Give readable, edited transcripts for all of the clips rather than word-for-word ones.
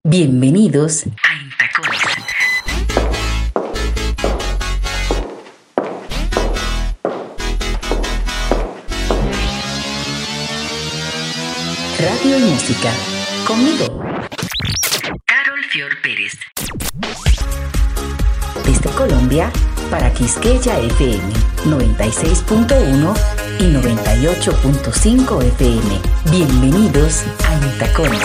Bienvenidos a Intacones. Radio y música. Conmigo, Carol Fior Pérez. Desde Colombia, para Quisqueya FM 96.1 y 98.5 FM. Bienvenidos a Intacones.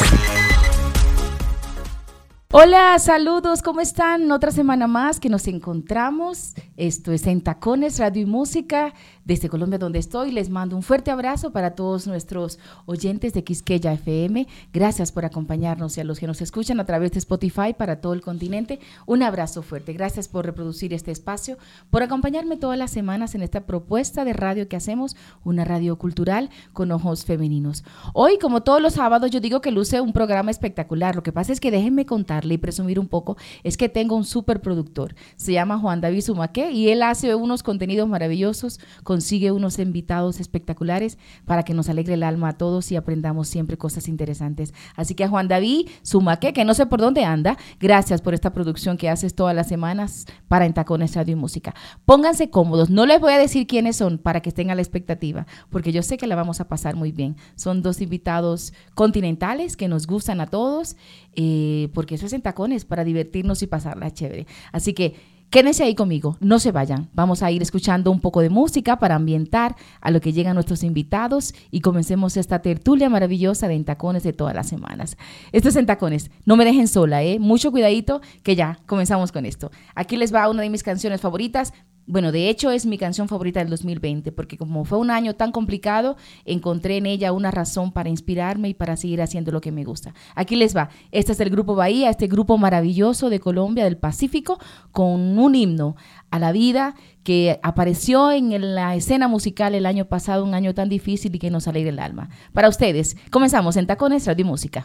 Hola, saludos, ¿cómo están? Otra semana más que nos encontramos. Esto es En Tacones, Radio y Música. Desde Colombia, donde estoy, les mando un fuerte abrazo para todos nuestros oyentes de Quisqueya FM. Gracias por acompañarnos y a los que nos escuchan a través de Spotify para todo el continente. Un abrazo fuerte. Gracias por reproducir este espacio, por acompañarme todas las semanas en esta propuesta de radio que hacemos, una radio cultural con ojos femeninos. Hoy, como todos los sábados, yo digo que luce un programa espectacular. Lo que pasa es que déjenme contarle y presumir un poco, es que tengo un súper productor. Se llama Juan David Zumaque y él hace unos contenidos maravillosos, consigue unos invitados espectaculares para que nos alegre el alma a todos y aprendamos siempre cosas interesantes. Así que a Juan David Zumaque, que no sé por dónde anda, gracias por esta producción que haces todas las semanas para En Tacones, Radio y Música. Pónganse cómodos, no les voy a decir quiénes son para que estén a la expectativa, porque yo sé que la vamos a pasar muy bien. Son dos invitados continentales que nos gustan a todos, porque eso es En Tacones, para divertirnos y pasarla chévere. Así que quédense ahí conmigo, no se vayan. Vamos a ir escuchando un poco de música para ambientar a lo que llegan nuestros invitados y comencemos esta tertulia maravillosa de En Tacones de todas las semanas. Esto es En Tacones, no me dejen sola, mucho cuidadito que ya comenzamos con esto. Aquí les va una de mis canciones favoritas. Bueno, de hecho es mi canción favorita del 2020, porque como fue un año tan complicado, encontré en ella una razón para inspirarme y para seguir haciendo lo que me gusta. Aquí les va. Este es el Grupo Bahía, este grupo maravilloso de Colombia, del Pacífico, con un himno a la vida que apareció en la escena musical el año pasado, un año tan difícil y que nos alegra el alma. Para ustedes, comenzamos En Tacones, Radio y Música.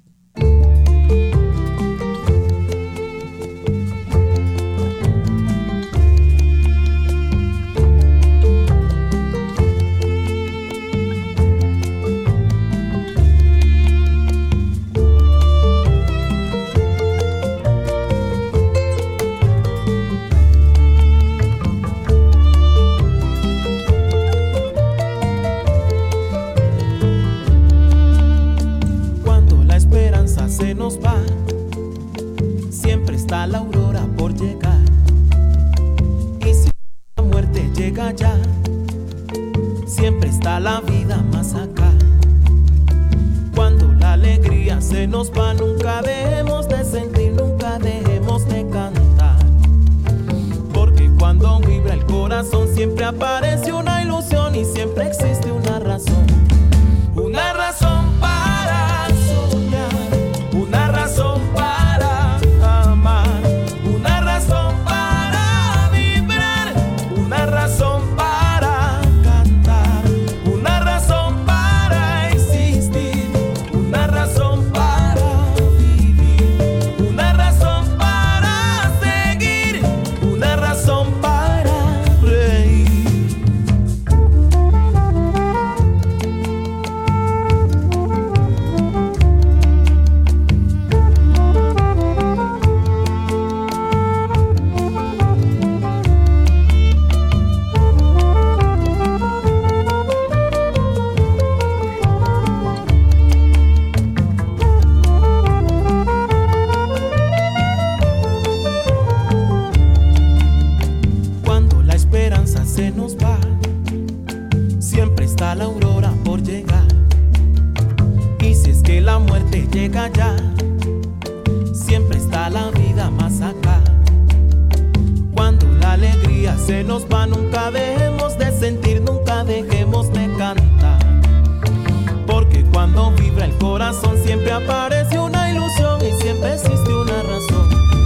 Se nos va, siempre está la aurora por llegar. Y si la muerte llega ya, siempre está la vida más acá. Cuando la alegría se nos va, nunca dejemos de sentir, nunca dejemos de cantar. Porque cuando vibra el corazón siempre aparece una ilusión y siempre existe una razón para soñar. Una razón para amar, una razón para vibrar, una razón para cantar, una razón para existir, una razón para vivir, una razón para seguir, una razón para reír. Se nos va, siempre está la aurora por llegar. Y si es que la muerte llega ya, siempre está la vida más acá. Cuando la alegría se nos va, nunca dejemos de sentir, nunca dejemos de cantar. Porque cuando vibra el corazón siempre aparece una ilusión y siempre existe una razón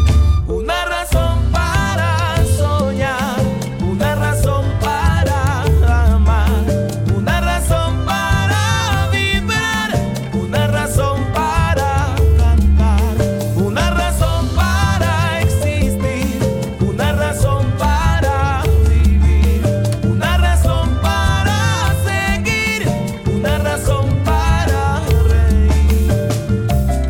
para soñar, una razón para amar, una razón para vibrar, una razón para cantar, una razón para existir, una razón para vivir, una razón para seguir, una razón para reír.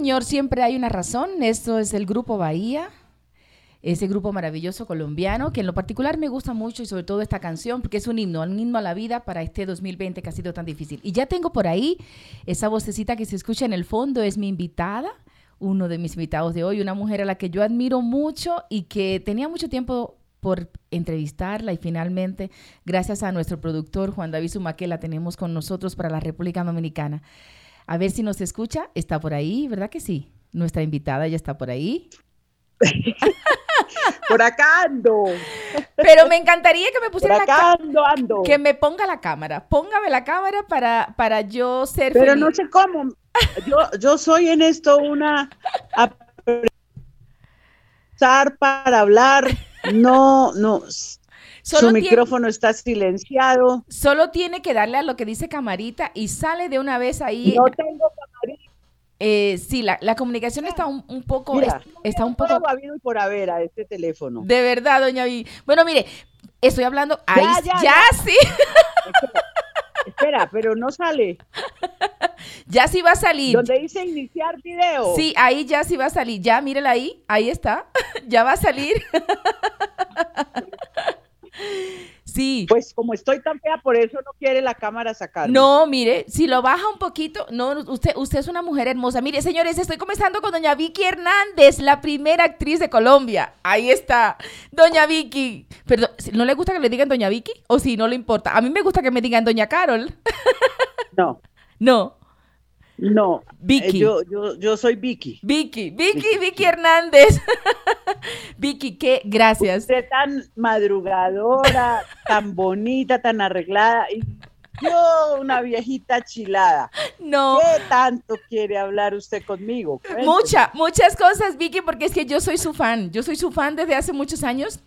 Señor, siempre hay una razón. Esto es el Grupo Bahía, ese grupo maravilloso colombiano que en lo particular me gusta mucho y sobre todo esta canción porque es un himno a la vida para este 2020 que ha sido tan difícil. Y ya tengo por ahí esa vocecita que se escucha en el fondo, es mi invitada, uno de mis invitados de hoy, una mujer a la que yo admiro mucho y que tenía mucho tiempo por entrevistarla y finalmente, gracias a nuestro productor Juan David Zumaque, la tenemos con nosotros para la República Dominicana. A ver si nos escucha, está por ahí, ¿verdad que sí? Nuestra invitada ya está por ahí. Por acá ando. Pero me encantaría que me pusiera ando. Que me ponga la cámara. Póngame la cámara para yo ser Pero feliz. no sé cómo. Yo soy en esto una para hablar. No. Su micrófono está silenciado. Solo tiene que darle a lo que dice camarita y sale de una vez ahí. No tengo camarita. Sí, la comunicación está un poco... Mira, está un poco... habido y por haber a este teléfono. De verdad, doña Vi. Bueno, mire, estoy hablando... Ya. Sí. Espera, pero no sale. Ya sí va a salir. Donde dice iniciar video. Sí, ahí ya sí va a salir. Ya, mírela ahí. Ahí está. Ya va a salir. Sí. Pues como estoy tan fea, por eso no quiere la cámara sacar. No, mire, si lo baja un poquito, no, usted es una mujer hermosa. Mire, señores, estoy comenzando con doña Vicky Hernández, la primera actriz de Colombia. Ahí está, doña Vicky. Perdón, ¿no le gusta que le digan doña Vicky? ¿O si no le importa? A mí me gusta que me digan doña Carol. No. No. Vicky. Yo soy Vicky. Vicky Hernández. Vicky, gracias. Usted tan madrugadora, tan bonita, tan arreglada. Y yo, una viejita chilada. No. ¿Qué tanto quiere hablar usted conmigo? Cuénteme. Muchas cosas, Vicky, porque es que yo soy su fan. Yo soy su fan desde hace muchos años.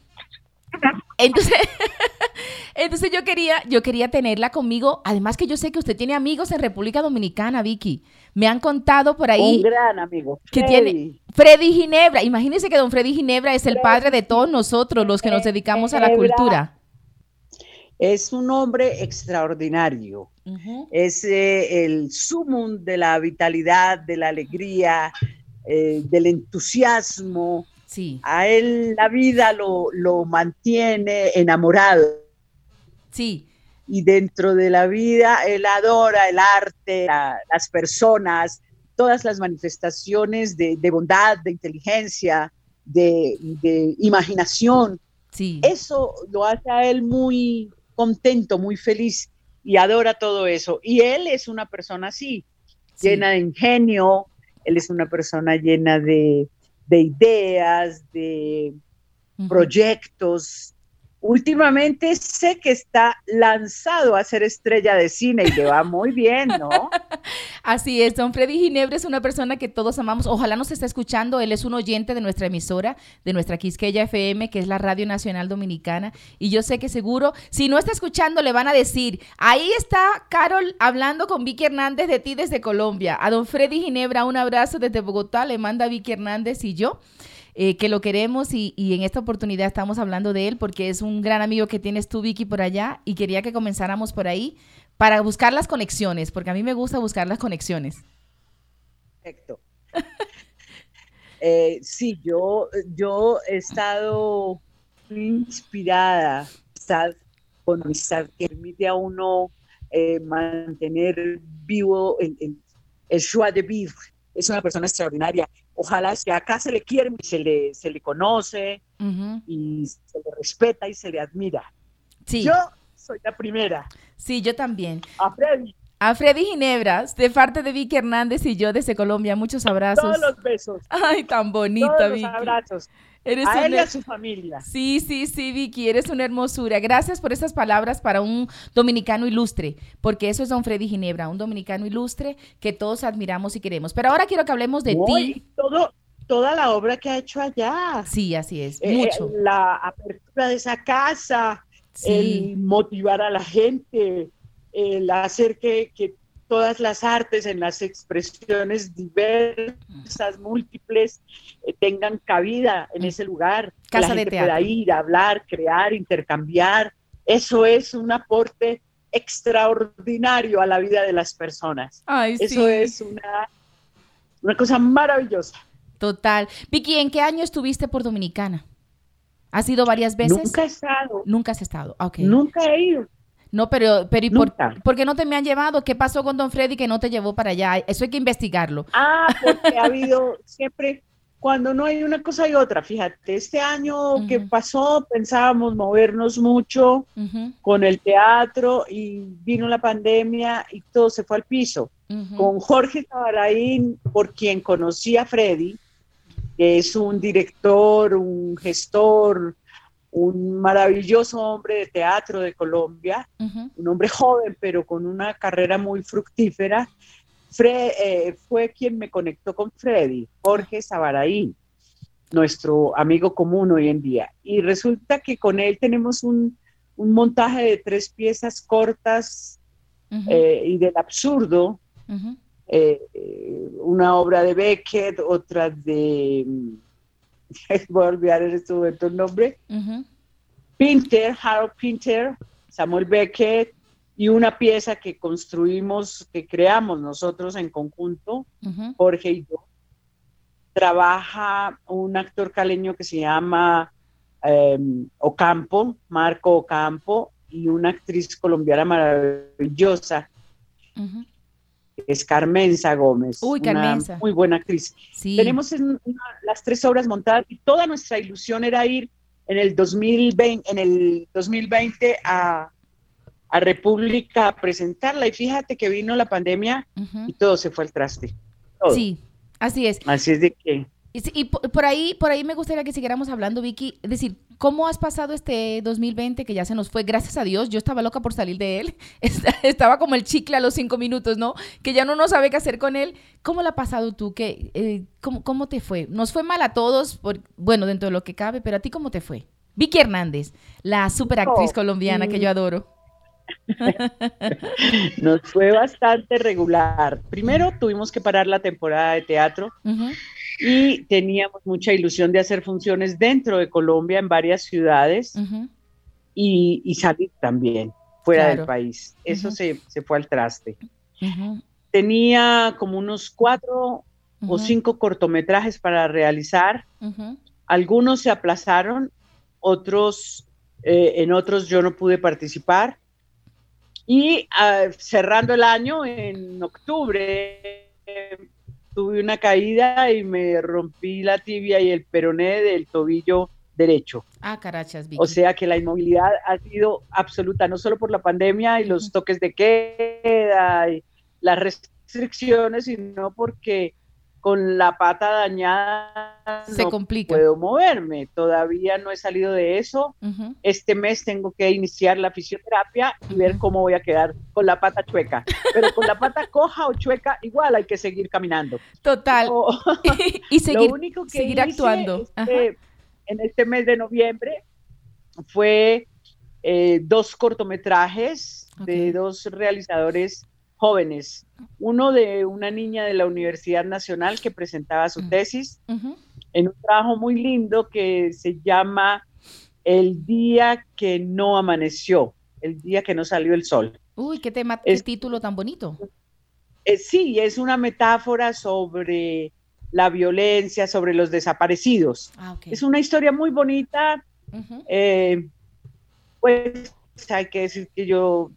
Entonces yo quería tenerla conmigo. Además que yo sé que usted tiene amigos en República Dominicana, Vicky. Me han contado por ahí. Un gran amigo. Que tiene Freddy Ginebra. Imagínense que don Freddy Ginebra es el padre de todos nosotros, los que nos dedicamos a la cultura. Es un hombre extraordinario. Uh-huh. Es el sumum de la vitalidad, de la alegría, del entusiasmo. Sí. A él la vida lo mantiene enamorado. Sí. Y dentro de la vida él adora el arte, las personas, todas las manifestaciones de bondad, de inteligencia, de imaginación. Sí. Eso lo hace a él muy contento, muy feliz y adora todo eso. Y él es una persona así, sí, llena de ingenio, él es una persona llena de ideas, de proyectos. Últimamente sé que está lanzado a ser estrella de cine y le va muy bien, ¿no? Así es, don Freddy Ginebra es una persona que todos amamos. Ojalá nos esté escuchando. Él es un oyente de nuestra emisora, de nuestra Quisqueya FM, que es la Radio Nacional Dominicana. Y yo sé que seguro, si no está escuchando, le van a decir, ahí está Carol hablando con Vicky Hernández de ti desde Colombia. A don Freddy Ginebra, un abrazo desde Bogotá, le manda Vicky Hernández y yo. Que lo queremos y en esta oportunidad estamos hablando de él porque es un gran amigo que tienes tú, Vicky, por allá, y quería que comenzáramos por ahí para buscar las conexiones, porque a mí me gusta buscar las conexiones. Perfecto. Sí, yo he estado inspirada con amistad que permite a uno mantener vivo el joie de vivre. Es una persona extraordinaria. Ojalá que acá se le quiere, se le conoce, uh-huh, y se le respeta y se le admira. Sí. Yo soy la primera. Sí, yo también. A Freddy Ginebra, de parte de Vicky Hernández y yo desde Colombia, muchos abrazos. Todos los besos. Ay, tan bonita, todos Vicky. Los abrazos. Eres a él y a su familia. Sí, Vicky, eres una hermosura. Gracias por estas palabras para un dominicano ilustre, porque eso es don Freddy Ginebra, un dominicano ilustre que todos admiramos y queremos. Pero ahora quiero que hablemos de ti. Toda la obra que ha hecho allá. Sí, así es, mucho. La apertura de esa casa, sí, el motivar a la gente, el hacer que todas las artes en las expresiones diversas, múltiples, tengan cabida en ese lugar. Casa la de gente teatro. Pueda ir, hablar, crear, intercambiar. Eso es un aporte extraordinario a la vida de las personas. Ay, eso sí. es una una cosa maravillosa. Total. Vicky, ¿en qué año estuviste por Dominicana? ¿Has ido varias veces? Nunca he estado, Nunca has estado. Ok. nunca he ido, No, pero ¿y nunca. por qué no te me han llevado? ¿Qué pasó con Don Freddy que no te llevó para allá? Eso hay que investigarlo. Porque ha habido siempre, cuando no hay una cosa y otra, fíjate, este año que Ujú, pasó pensábamos movernos mucho ujú, con el teatro y vino la pandemia y todo se fue al piso. ujú, Con Jorge Cabaraín, por quien conocí a Freddy, que es un director, un gestor, un maravilloso hombre de teatro de Colombia, ujú. un hombre joven, pero con una carrera muy fructífera. Fue quien me conectó con Freddy, Ah, Jorge Sabaraí, nuestro amigo común hoy en día. Y resulta que con él tenemos un montaje de 3 piezas cortas ujú, y del absurdo, ujú, una obra de Beckett, otra de, voy a olvidar en este momento el nombre, ujú, Pinter, Harold Pinter, Samuel Beckett, y una pieza que construimos, que creamos nosotros en conjunto, ujú, Jorge y yo. Trabaja un actor caleño que se llama Ocampo, Marco Ocampo, y una actriz colombiana maravillosa, ujú. que es Carmenza Gómez, Uy, una Carmenza. muy buena actriz. Sí. Tenemos las 3 obras montadas y toda nuestra ilusión era ir en el 2020 a República a presentarla, y fíjate que vino la pandemia Ujú. y todo se fue al traste, todo. Sí, así es. Así es de que Y, sí, y por ahí me gustaría que siguiéramos hablando, Vicky. Es decir, ¿cómo has pasado este 2020 que ya se nos fue? Gracias a Dios, yo estaba loca por salir de él. Estaba como el chicle a los 5 minutos, ¿no? Que ya no sabe qué hacer con él. ¿Cómo lo has pasado tú? ¿Cómo te fue? Nos fue mal a todos, bueno, dentro de lo que cabe, pero ¿a ti cómo te fue? Vicky Hernández, la superactriz no, colombiana que yo adoro. nos fue bastante regular. Primero tuvimos que parar la temporada de teatro Ujú, y teníamos mucha ilusión de hacer funciones dentro de Colombia en varias ciudades ujú, y salir también fuera del claro. país. Eso Ujú, se fue al traste. ujú, Tenía como unos 4 o 5 cortometrajes para realizar. ujú, Algunos se aplazaron, otros, en otros yo no pude participar. Y cerrando el año, en octubre, tuve una caída y me rompí la tibia y el peroné del tobillo derecho. ah, carachas, O Vicky. sea que la inmovilidad ha sido absoluta, no solo por la pandemia y Ujú. los toques de queda y las restricciones, sino porque con la pata dañada Se no complica. puedo moverme. Todavía no he salido de eso. Ujú, Este mes tengo que iniciar la fisioterapia y ver ujú. cómo voy a quedar con la pata chueca. Pero con la pata coja o chueca, igual hay que seguir caminando. Total. Lo, Y lo seguir, único que seguir hice actuando. Ajá. en este mes de noviembre fue 2 cortometrajes Ok. de 2 realizadores jóvenes. Uno de una niña de la Universidad Nacional que presentaba su Mm. tesis Ujú. en un trabajo muy lindo que se llama El día que no amaneció, el día que no salió el sol. Uy, qué tema, qué Es, título tan bonito. sí, es una metáfora sobre la violencia, sobre los desaparecidos. Ah, ok. Es una historia muy bonita. Ujú. eh, Pues hay que decir que yo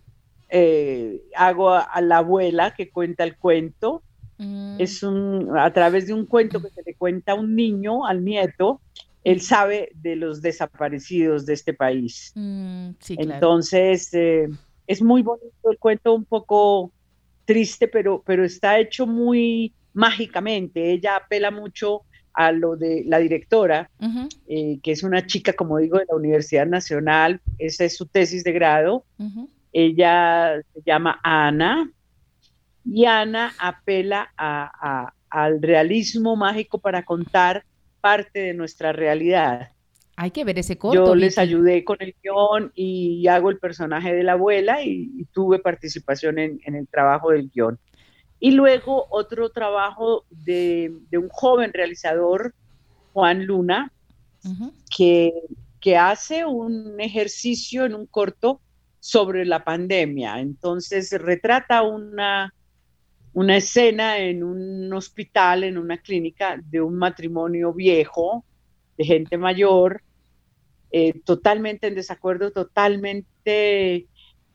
hago a la abuela que cuenta el cuento. Mm, A través de un cuento que se le cuenta a un niño, al nieto, él ujú. sabe de los desaparecidos de este país. Sí, claro. Entonces, es muy bonito el cuento, un poco triste, pero está hecho muy mágicamente. Ella apela mucho a lo de la directora, Ujú, que es una chica, como digo, de la Universidad Nacional. Esa es su tesis de grado. ujú. Ella se llama Ana y Ana apela al realismo mágico para contar parte de nuestra realidad. Hay que ver ese corto, Yo les Vicky. ayudé con el guión y hago el personaje de la abuela y tuve participación en el trabajo del guión. Y luego otro trabajo de un joven realizador, Juan Luna, Ujú, que, que hace un ejercicio en un corto sobre la pandemia. Entonces retrata una escena en un hospital, en una clínica, de un matrimonio viejo, de gente mayor, totalmente en desacuerdo, totalmente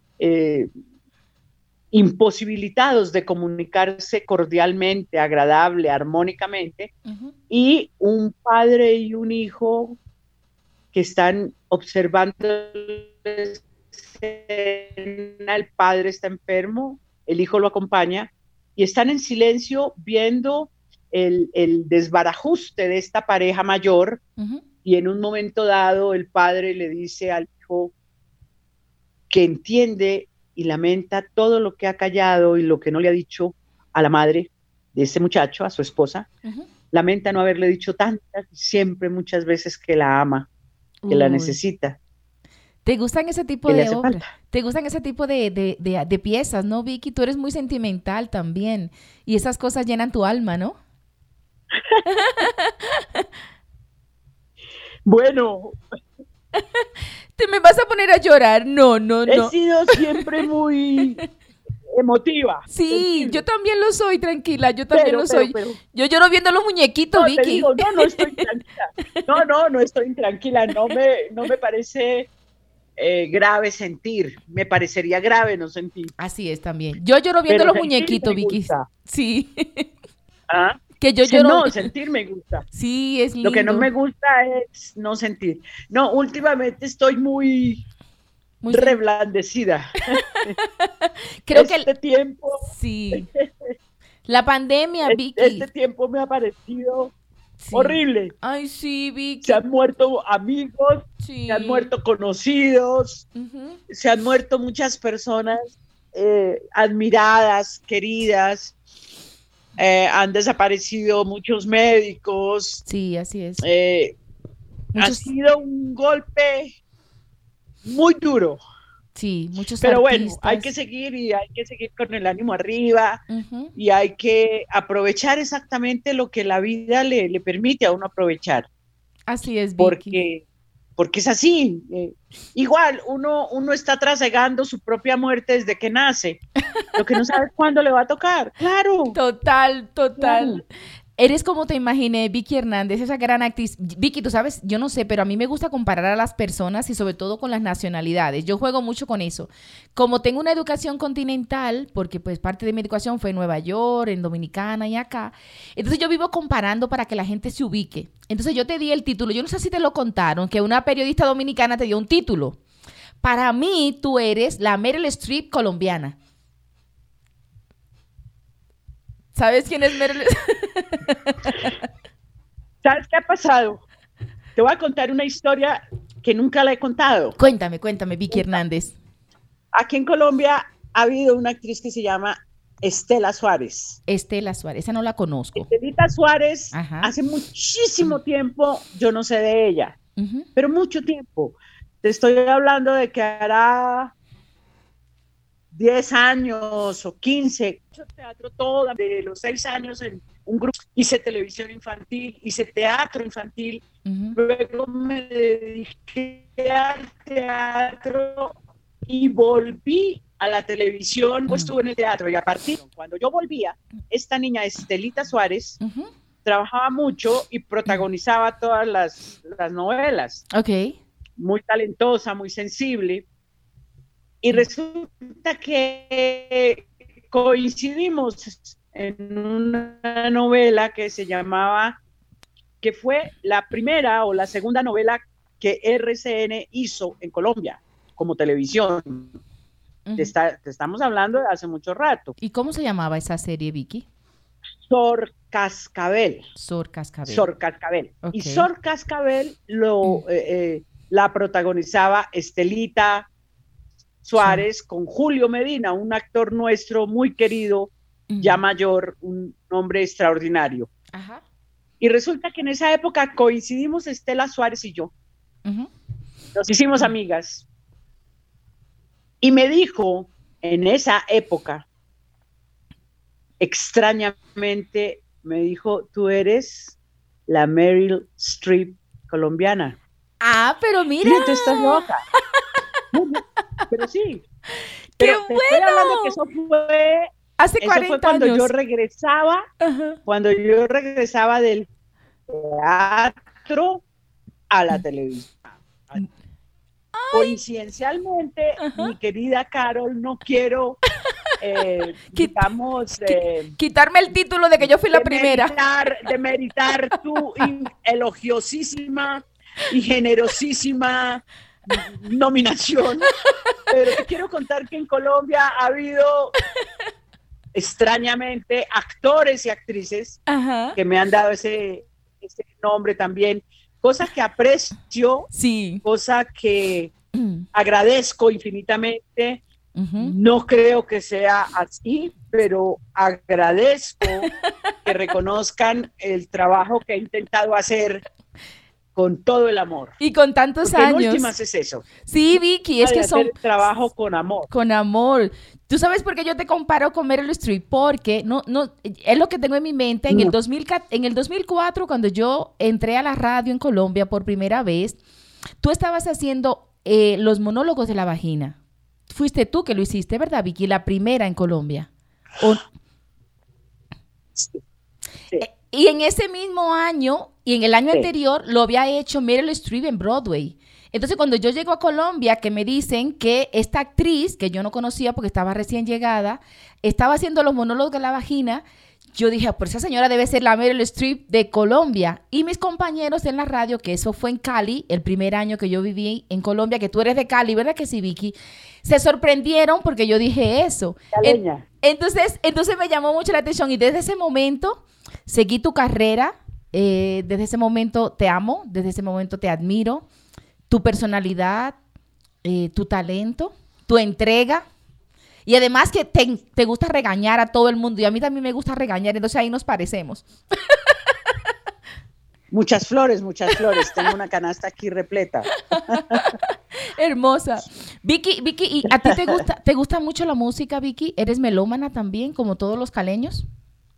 imposibilitados de comunicarse cordialmente, agradable, armónicamente, y un padre y un hijo que están observando la escena. El padre está enfermo, el hijo lo acompaña, y están en silencio viendo el desbarajuste de esta pareja mayor, y en un momento dado el padre le dice al hijo que entiende y lamenta todo lo que ha callado y lo que no le ha dicho a la madre de ese muchacho, a su esposa. Lamenta no haberle dicho tantas, siempre, muchas veces, que la ama, que la necesita. ¿Te gustan ese tipo de obras? ¿Te gustan ese tipo de piezas, no, Vicky? Tú eres muy sentimental también, y esas cosas llenan tu alma, ¿no? Bueno... ¿Te me vas a poner a llorar? No. He sido siempre muy emotiva. Sí, yo también lo soy, tranquila, yo también lo soy. Yo lloro viendo los muñequitos, Vicky. Te digo, no estoy tranquila. No estoy intranquila. No me parece grave sentir. Me parecería grave no sentir. Así es también. Yo lloro viendo los muñequitos, Vicky. Sí. ¿Ah? Que yo lloro. No, sentir me gusta. Sí, es lindo. Lo que no me gusta es no sentir. No, últimamente estoy muy reblandecida. Creo que este tiempo. Sí. La pandemia, Vicky. Este tiempo me ha parecido horrible. Ay, sí, Vicky. Se han muerto amigos, se han muerto conocidos, se han muerto muchas personas admiradas, queridas. Han desaparecido muchos médicos. Sí, así es. Ha sido un golpe muy duro. Sí, muchos Pero artistas. bueno, hay que seguir y hay que seguir con el ánimo arriba y hay que aprovechar exactamente lo que la vida le permite a uno aprovechar. Así es, Vicky. Porque es así. Igual, uno está trasegando su propia muerte desde que nace. Lo que no sabe cuándo le va a tocar. Claro. Total. Claro. Eres como te imaginé, Vicky Hernández, esa gran actriz. Vicky, tú sabes, yo no sé, pero a mí me gusta comparar a las personas y sobre todo con las nacionalidades. Yo juego mucho con eso. Como tengo una educación continental, porque pues parte de mi educación fue en Nueva York, en Dominicana y acá, entonces yo vivo comparando para que la gente se ubique. Entonces yo te di el título, yo no sé si te lo contaron, que una periodista dominicana te dio un título. Para mí, tú eres la Meryl Streep colombiana. ¿Sabes quién es Meryl? ¿Sabes qué ha pasado? Te voy a contar una historia que nunca la he contado. Cuéntame, Vicky Hernández. Aquí en Colombia ha habido una actriz que se llama Estela Suárez. Estela Suárez, esa no la conozco. Estelita Suárez, hace muchísimo tiempo yo no sé de ella, pero mucho tiempo. Te estoy hablando de que hará 10 años o 15, hice teatro todo, de los 6 años en un grupo, hice televisión infantil, hice teatro infantil, luego me dediqué al teatro y volví a la televisión, pues estuve en el teatro y a partir, cuando yo volvía, esta niña Estelita Suárez trabajaba mucho y protagonizaba todas las novelas. Okay. Muy talentosa, muy sensible. Y resulta que coincidimos en una novela que se llamaba, que fue la primera o la segunda novela que RCN hizo en Colombia como televisión. Te estamos hablando de hace mucho rato. ¿Y cómo se llamaba esa serie, Vicky? Sor Cascabel. Sor Cascabel. Sor Cascabel. Okay. Y Sor Cascabel la protagonizaba Estelita Suárez con Julio Medina, un actor nuestro muy querido, ya mayor, un hombre extraordinario. Ajá. Y resulta que en esa época coincidimos Estela Suárez y yo. Nos hicimos amigas. Y me dijo, en esa época, extrañamente, me dijo, tú eres la Meryl Streep colombiana. Ah, pero mira. Sí, tú estás loca. Pero sí. ¡Qué bueno! Estoy hablando que eso fue Hace Eso 40 fue cuando años. yo regresaba, Ajá. cuando yo regresaba del teatro a la televisión. Coincidencialmente, Ajá. mi querida Carol, no quiero, digamos, Quitarme el título de que yo fui la primera. demeritar tu elogiosísima y generosísima nominación, pero te quiero contar que en Colombia ha habido extrañamente actores y actrices Ajá. que me han dado ese nombre también, cosa que aprecio, Sí. cosa que agradezco infinitamente. Ujú. No creo que sea así, pero agradezco que reconozcan el trabajo que he intentado hacer con todo el amor. Y con tantos Porque en años. últimas es eso. Sí, Vicky, es De que son hacer el trabajo con amor. con amor. ¿Tú sabes por qué yo te comparo con Meryl Streep? Porque no, es lo que tengo en mi mente. En el 2004, cuando yo entré a la radio en Colombia por primera vez, tú estabas haciendo los monólogos de la vagina. Fuiste tú que lo hiciste, ¿verdad, Vicky? La primera en Colombia. Sí, sí. Y en ese mismo año y en el año Sí. anterior lo había hecho Meryl Streep en Broadway. Entonces, cuando yo llego a Colombia, que me dicen que esta actriz, que yo no conocía porque estaba recién llegada, estaba haciendo los monólogos de la vagina, yo dije, pues esa señora debe ser la Meryl Streep de Colombia. Y mis compañeros en la radio, que eso fue en Cali, el primer año que yo viví en Colombia, que tú eres de Cali, ¿verdad que sí, Vicky? Se sorprendieron porque yo dije eso. Caleña. Entonces me llamó mucho la atención y desde ese momento seguí tu carrera. Desde ese momento te amo, desde ese momento te admiro. Tu personalidad, tu talento, tu entrega. Y además que te gusta regañar a todo el mundo. Y a mí también me gusta regañar. Entonces ahí nos parecemos. Muchas flores, muchas flores. Tengo una canasta aquí repleta. Hermosa. Vicky, ¿y a ti te gusta mucho la música, Vicky? ¿Eres melómana también, como todos los caleños?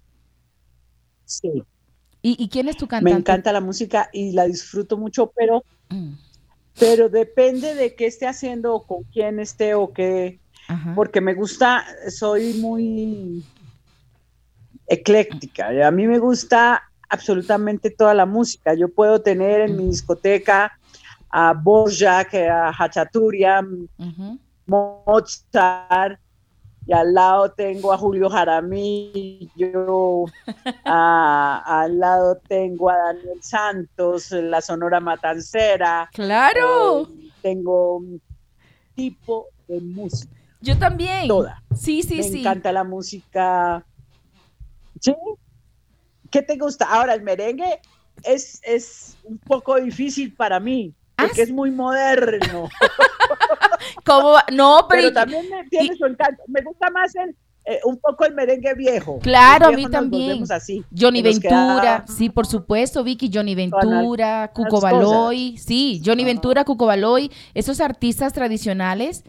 Sí. ¿Y quién es tu cantante? Me encanta la música y la disfruto mucho, pero depende de qué esté haciendo o con quién esté o qué. Ajá. Porque me gusta, soy muy ecléctica. A mí me gusta absolutamente toda la música. Yo puedo tener en mi discoteca a Dvorak, a Hachatourian, Mozart, y al lado tengo a Julio Jaramillo, al lado tengo a Daniel Santos, la Sonora Matancera. ¡Claro! Tengo un tipo de música. Yo también. Toda. Sí. Me encanta la música. ¿Sí? ¿Qué te gusta? Ahora, el merengue es un poco difícil para mí, porque es muy moderno. ¿Cómo va? No, pero también tiene su encanto. Me gusta más un poco el merengue viejo. Claro, a mí también. Así, Johnny Ventura, sí, por supuesto, Vicky, Johnny Ventura, Cuco Baloy, sí, Johnny Ventura, Cuco Baloy, esos artistas tradicionales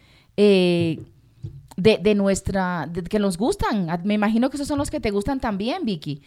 de nuestra, que nos gustan. Me imagino que esos son los que te gustan también, Vicky.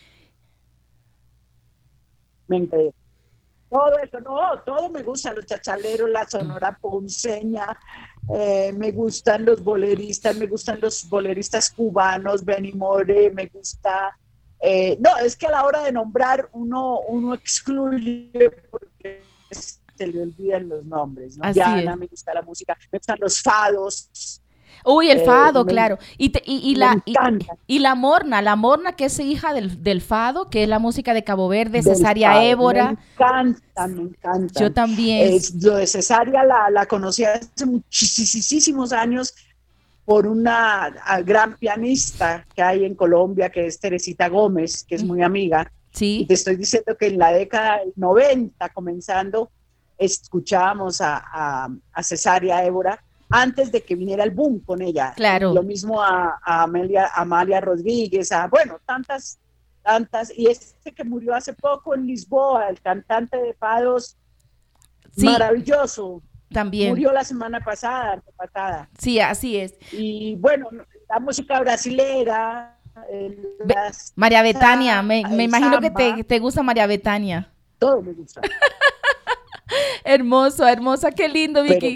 Me encanta. Todo eso, todo me gusta, los chachaleros, la sonora ponceña, me gustan los boleristas cubanos, Benny More, me gusta, no, es que a la hora de nombrar uno excluye porque se le olvidan los nombres, ¿no? Diana, me gusta la música, me gustan los fados. Uy, el fado, claro. Y la morna, que es hija del fado, que es la música de Cabo Verde, Cesaria Évora. Me encanta. Yo también. Lo de Cesaria la conocí hace muchísimos años por una gran pianista que hay en Colombia, que es Teresita Gómez, que es muy amiga. Sí. Y te estoy diciendo que en la década del 90, comenzando, escuchábamos a Cesaria Évora, antes de que viniera el boom con ella. Claro. Y lo mismo a Amalia Rodríguez, tantas, y este que murió hace poco en Lisboa, el cantante de fados, sí, maravilloso. También. Murió la semana pasada. Sí, así es. Y bueno, la música brasilera. María Bethania, me imagino que te gusta María Bethania. Todo me gusta. Hermosa, qué lindo, Vicky.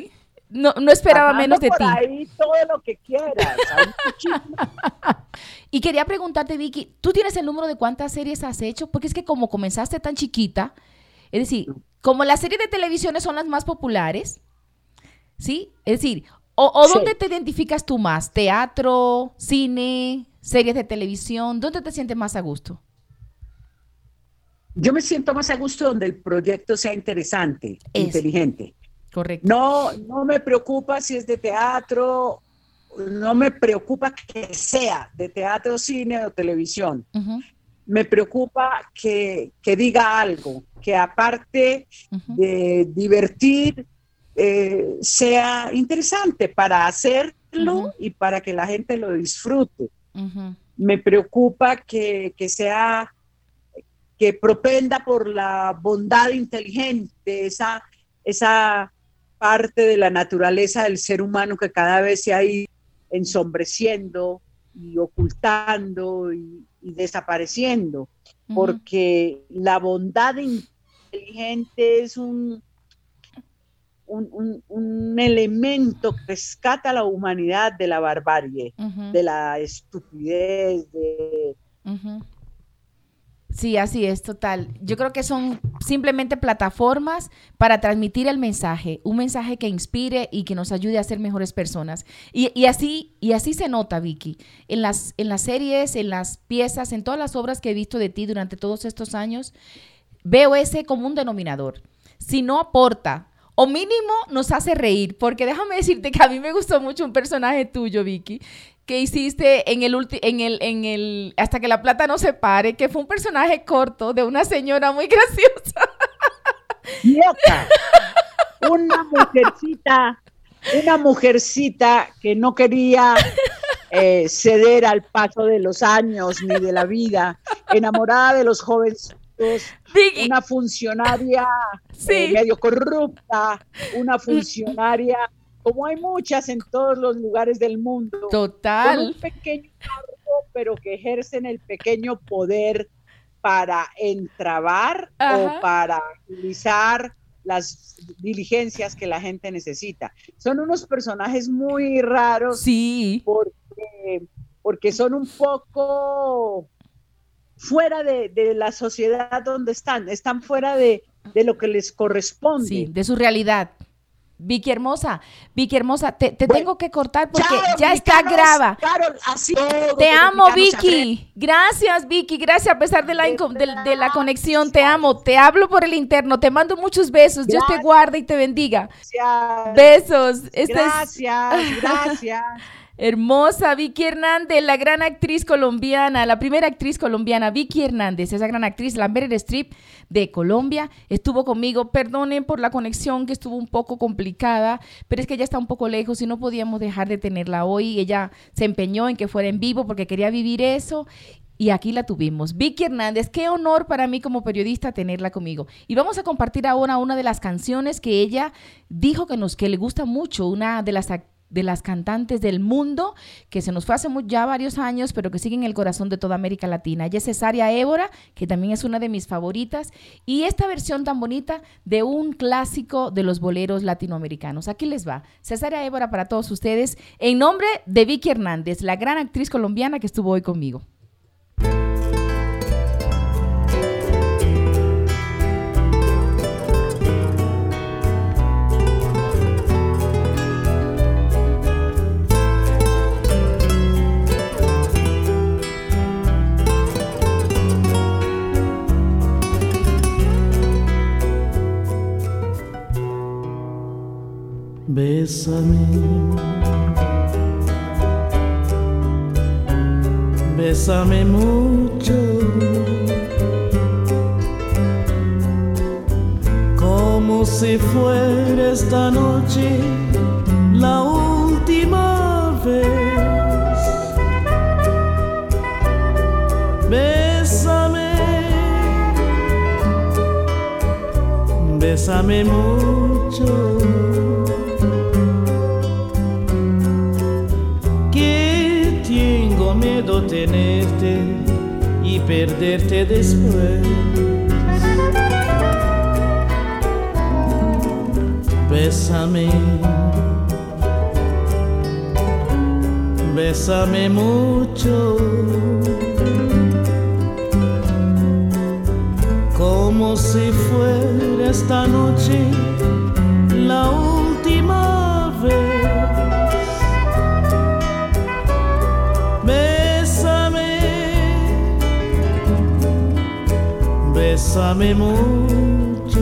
no esperaba Pasando menos de por ti. ahí todo lo que quieras. Hay muchísimo. Y quería preguntarte, Vicky, ¿tú tienes el número de cuántas series has hecho? Porque es que como comenzaste tan chiquita, es decir, como las series de televisión son las más populares, ¿sí? Es decir, o Sí. ¿dónde te identificas tú más? ¿Teatro, cine, series de televisión? ¿Dónde te sientes más a gusto? Yo me siento más a gusto donde el proyecto sea interesante, inteligente. Correcto. No me preocupa si es de teatro, no me preocupa que sea de teatro, cine o televisión. Uh-huh. Me preocupa que diga algo, que aparte de divertir, sea interesante para hacerlo y para que la gente lo disfrute. Me preocupa que sea, que propenda por la bondad inteligente, esa parte de la naturaleza del ser humano que cada vez se ha ido ensombreciendo y ocultando y desapareciendo, porque la bondad inteligente es un elemento que rescata a la humanidad de la barbarie, de la estupidez, Sí, así es, total. Yo creo que son simplemente plataformas para transmitir el mensaje, un mensaje que inspire y que nos ayude a ser mejores personas. Y así se nota, Vicky, en las series, en las piezas, en todas las obras que he visto de ti durante todos estos años, veo ese común denominador. Si no aporta, o mínimo nos hace reír, porque déjame decirte que a mí me gustó mucho un personaje tuyo, Vicky, que hiciste en el Hasta que la plata no se pare, que fue un personaje corto de una señora muy graciosa. ¡Loca! Una mujercita que no quería ceder al paso de los años ni de la vida, enamorada de los jóvenes. Vicky. Una funcionaria medio corrupta, una funcionaria, como hay muchas en todos los lugares del mundo. Total. Con un pequeño cargo, pero que ejercen el pequeño poder para entrabar o para agilizar las diligencias que la gente necesita. Son unos personajes muy raros. Sí. Porque son un poco fuera de la sociedad donde están fuera de lo que les corresponde. Sí, de su realidad. Vicky hermosa, te tengo que cortar porque ya está graba. Carol, así te amo, Vicky. Gracias, Vicky. Gracias a pesar de la conexión. Te amo. Te hablo por el interno. Te mando muchos besos. Dios te guarde y te bendiga. Gracias. Besos. Gracias. Hermosa Vicky Hernández, la gran actriz colombiana, la primera actriz colombiana, Vicky Hernández, esa gran actriz, la Meryl Streep de Colombia, estuvo conmigo. Perdonen por la conexión que estuvo un poco complicada, pero es que ella está un poco lejos y no podíamos dejar de tenerla hoy. Ella se empeñó en que fuera en vivo porque quería vivir eso. Y aquí la tuvimos. Vicky Hernández, qué honor para mí como periodista tenerla conmigo. Y vamos a compartir ahora una de las canciones que ella dijo que le gusta mucho, una de las cantantes del mundo, que se nos fue hace ya varios años, pero que sigue en el corazón de toda América Latina. Ella es Cesárea Évora, que también es una de mis favoritas, y esta versión tan bonita de un clásico de los boleros latinoamericanos. Aquí les va, Cesárea Évora para todos ustedes, en nombre de Vicky Hernández, la gran actriz colombiana que estuvo hoy conmigo. Bésame mucho, como si fuera esta noche la última vez. Bésame mucho, miedo tenerte y perderte después. Bésame, bésame mucho, como si fuera esta noche la última vez. Bésame, bésame mucho,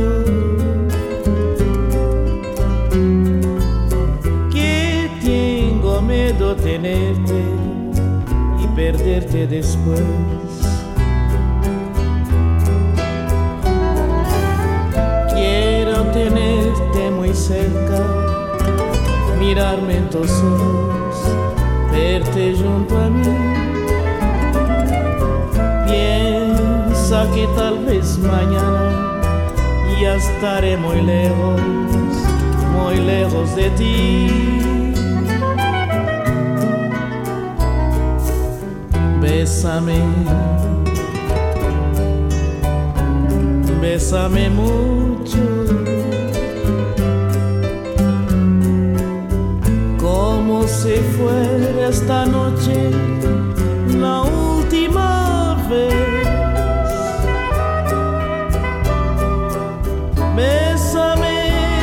que tengo miedo tenerte y perderte después. Quiero tenerte muy cerca, mirarme en tus ojos, verte junto a mí. Piensa que tal vez mañana ya estaré muy lejos de ti. Bésame, bésame mucho, como si fuera esta noche la última vez. Bésame,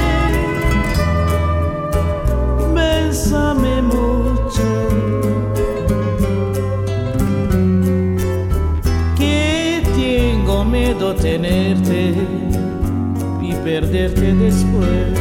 bésame mucho, que tengo miedo tenerte y perderte después.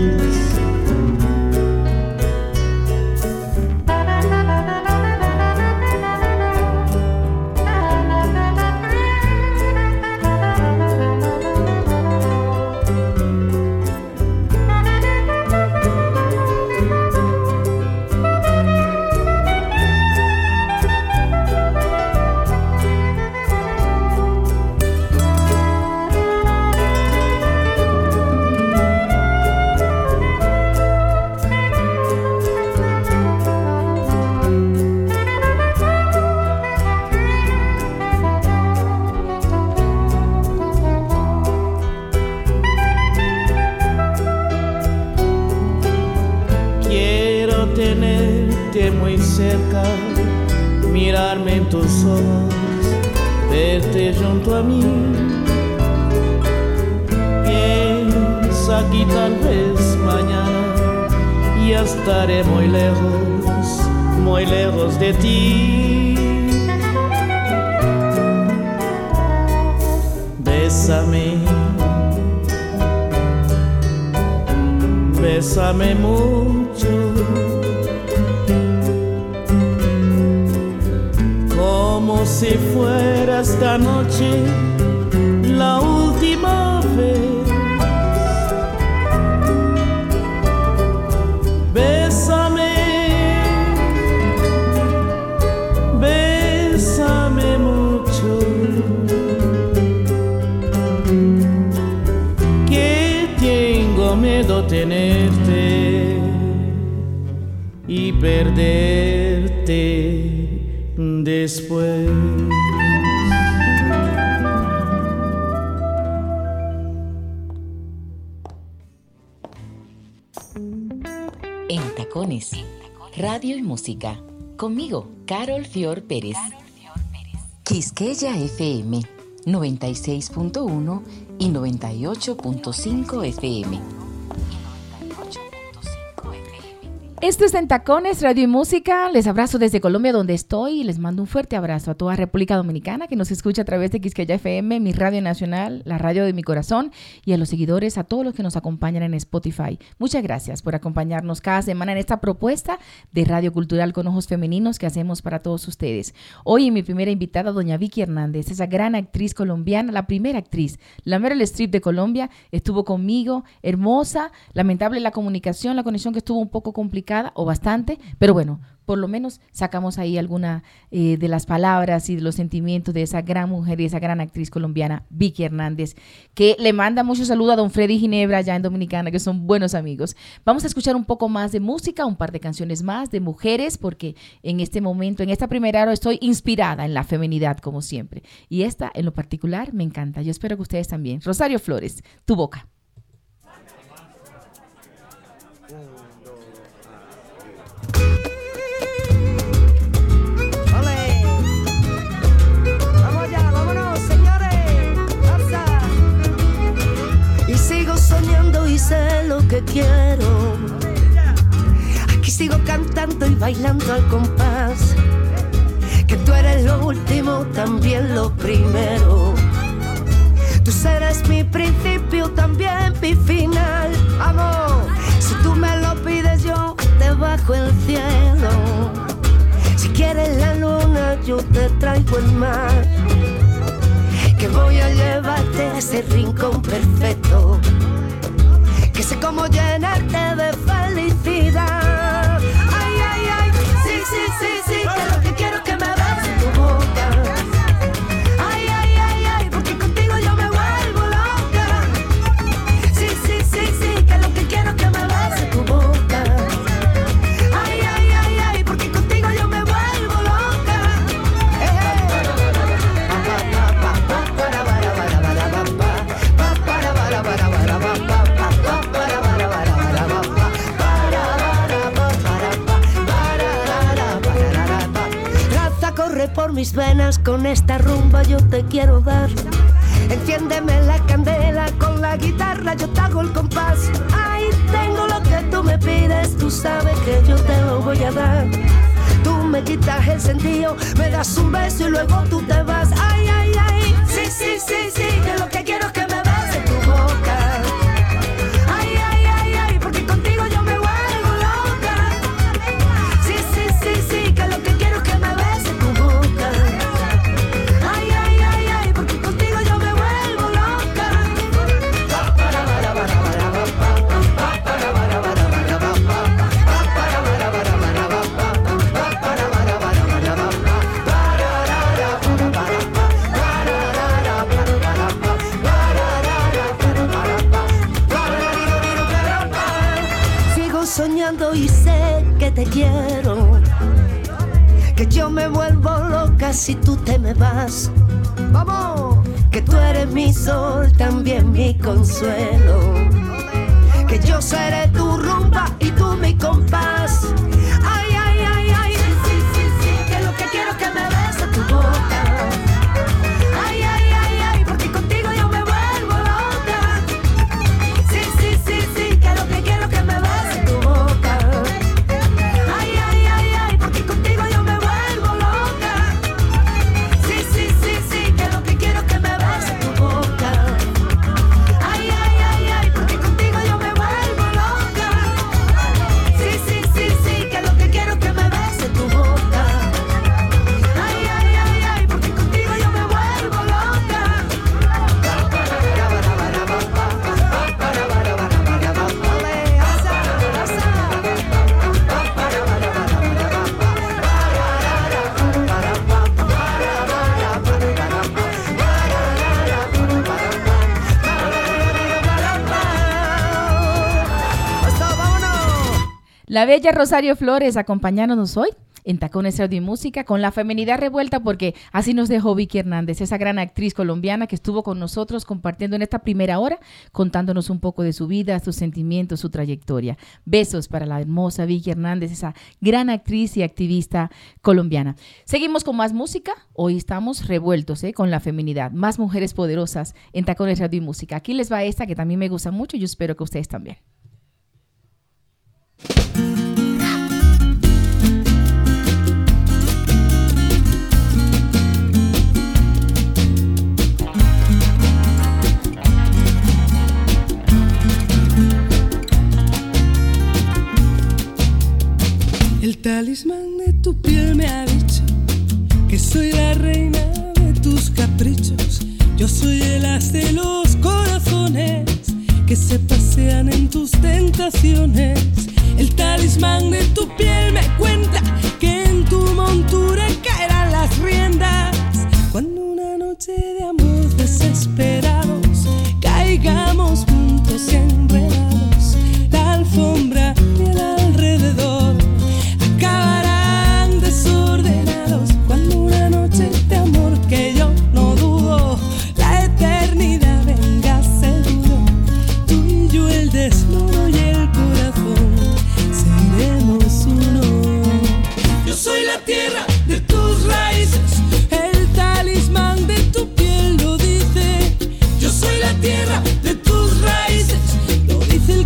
Tenerte muy cerca, mirarme en tus ojos, verte junto a mí. Piensa que tal vez mañana ya estaré muy lejos de ti. Bésame, bésame mucho, como si fuera esta noche la última vez. Bésame, bésame mucho, que tengo miedo tenerte y perderte después. En Tacones, radio y música. Conmigo, Carol Fior Pérez. Quisqueya FM 96.1 y 98.5 FM. Esto es En Tacones, radio y música. Les abrazo desde Colombia, donde estoy, y les mando un fuerte abrazo a toda República Dominicana que nos escucha a través de Quisqueya FM, mi radio nacional, la radio de mi corazón, y a los seguidores, a todos los que nos acompañan en Spotify. Muchas gracias por acompañarnos cada semana en esta propuesta de Radio Cultural con Ojos Femeninos que hacemos para todos ustedes. Hoy mi primera invitada, doña Vicky Hernández, esa gran actriz colombiana, la primera actriz, la Meryl Streep de Colombia, estuvo conmigo, hermosa, lamentable la comunicación, la conexión que estuvo un poco complicada, o bastante, pero bueno, por lo menos sacamos ahí alguna de las palabras y de los sentimientos de esa gran mujer y esa gran actriz colombiana, Vicky Hernández, que le manda mucho saludo a don Freddy Ginebra allá en Dominicana, que son buenos amigos. Vamos a escuchar un poco más de música, un par de canciones más de mujeres, porque en este momento, en esta primera hora, estoy inspirada en la feminidad, como siempre. Y esta, en lo particular, me encanta. Yo espero que ustedes también. Rosario Flores, Tu Boca. y sé lo que quiero. Aquí sigo cantando y bailando al compás. Que tú eres lo último, también lo primero. Tú serás mi principio, también mi final. Amor, si tú me lo pides yo te bajo el cielo. Si quieres la luna yo te traigo el mar. Que voy a llevarte a ese rincón perfecto. Que sé cómo llenarte de felicidad. Ay, ay, ay, sí, sí, sí, sí, que lo que quiero es que me beses tu boca. Ay, ay, ay, ay, porque contigo yo me vuelvo loca. Sí, sí, sí, sí, que lo que quiero es que me beses tu boca. Ay, ay, ay, ay, porque contigo yo me vuelvo loca. Por mis venas con esta rumba yo te quiero dar. Enciéndeme la candela con la guitarra, yo te hago el compás. Ay, tengo lo que tú me pides, tú sabes que yo te lo voy a dar. Tú me quitas el sentido, me das un beso y luego tú te vas. Ay, ay, ay, sí, sí, sí, sí, que lo que quiero es que me beses tu boca. Ay, ay, ay, ay, porque contigo yo me vuelvo loca. Sí, sí, sí, sí, que lo que quiero es que me beses tu boca. Ay, ay, ay, ay, porque contigo yo me vuelvo loca. Sigo soñando y sé que te quiero. Que yo me vuelvo loca si tú te me vas. ¡Vamos! Que tú eres mi sol, también mi consuelo. Que yo seré tu rumba y tú mi compás. Ay, ay, ay, ay, sí, sí, sí, sí, que lo que quiero es que me beses tu boca. Ay, ay, ay, ay, porque contigo yo me vuelvo loca. Sí, sí, sí, sí, que lo que quiero es que me beses tu boca. Ay, ay, ay, ay, porque contigo yo me vuelvo loca. Sí, sí, sí, sí, que lo que quiero es que me beses tu boca. Ay, ay, ay, ay, porque contigo yo me vuelvo loca. Sí, sí, sí, sí, que lo que quiero es que me beses tu boca. Ay, ay, ay, ay, porque contigo yo me vuelvo loca. La bella Rosario Flores acompañándonos hoy en Tacones Radio y Música con la feminidad revuelta, porque así nos dejó Vicky Hernández, esa gran actriz colombiana que estuvo con nosotros compartiendo en esta primera hora, contándonos un poco de su vida, sus sentimientos, su trayectoria. Besos para la hermosa Vicky Hernández, esa gran actriz y activista colombiana. Seguimos con más música. Hoy estamos revueltos con la feminidad, más mujeres poderosas en Tacones Radio y Música. Aquí les va esta que también me gusta mucho y yo espero que ustedes también. El talismán de tu piel me ha dicho que soy la reina de tus caprichos. Yo soy el as de los corazones que se pasean en tus tentaciones. El talismán de tu piel me cuenta que en tu montura caerán las riendas. Cuando una noche de amor desesperados caigamos juntos y enredados, la alfombra y el alrededor acabarán desordenados. Cuando una noche de amor que yo no dudo, la eternidad venga seguro, tú y yo el desnudo y el corazón seremos uno. Yo soy la tierra de tus raíces, el talismán de tu piel lo dice. Yo soy la tierra de tus raíces, lo dice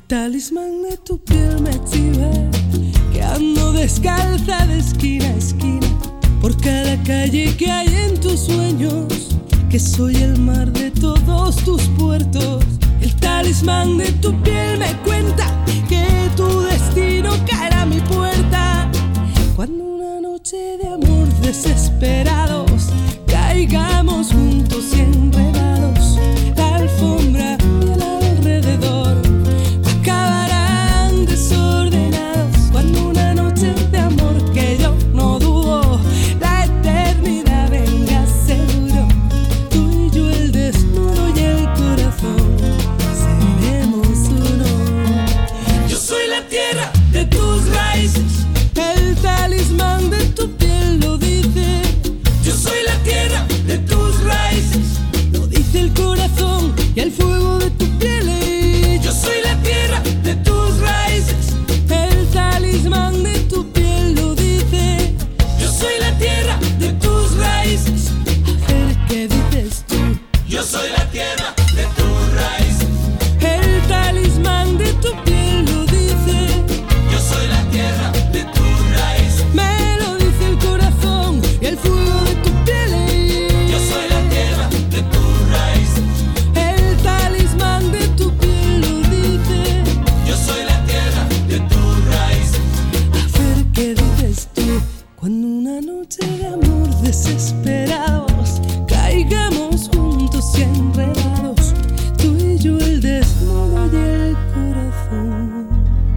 talismán de tu piel me chiva, que ando descalza de esquina a esquina, por cada calle que hay en tus sueños, que soy el mar de todos tus puertos. El talismán de tu piel me cuenta que tu destino caerá a mi puerta, cuando una noche de amor desesperados caigamos juntos y enredados. La alfombra y el alrededor acabarán desordenados, cuando una noche de amor que yo no dudo, la eternidad venga seguro. Tú y yo, el desnudo y el corazón, seremos uno. Yo soy la tierra de tus raíces, el talismán de tu piel lo dice. Yo soy la tierra de tus raíces, lo dice el corazón y el fuego de tu piel. Yo soy la tierra de tus raíces, el talismán de tu piel lo dice. Yo soy la tierra de tus raíces. A ver qué dices tú. Yo soy la tierra de tus raíces, el talismán de tu piel lo dice. Yo soy la tierra de tus raíces, me lo dice el corazón y el fuego de tu piel. Yo soy la tierra de tus raíces, el talismán de tu piel lo dice. Yo soy la tierra de tus raíces. A ver qué dices tú, cuando una noche de amor desesperados caigamos juntos y enredados, tú y yo, el desnudo y el corazón,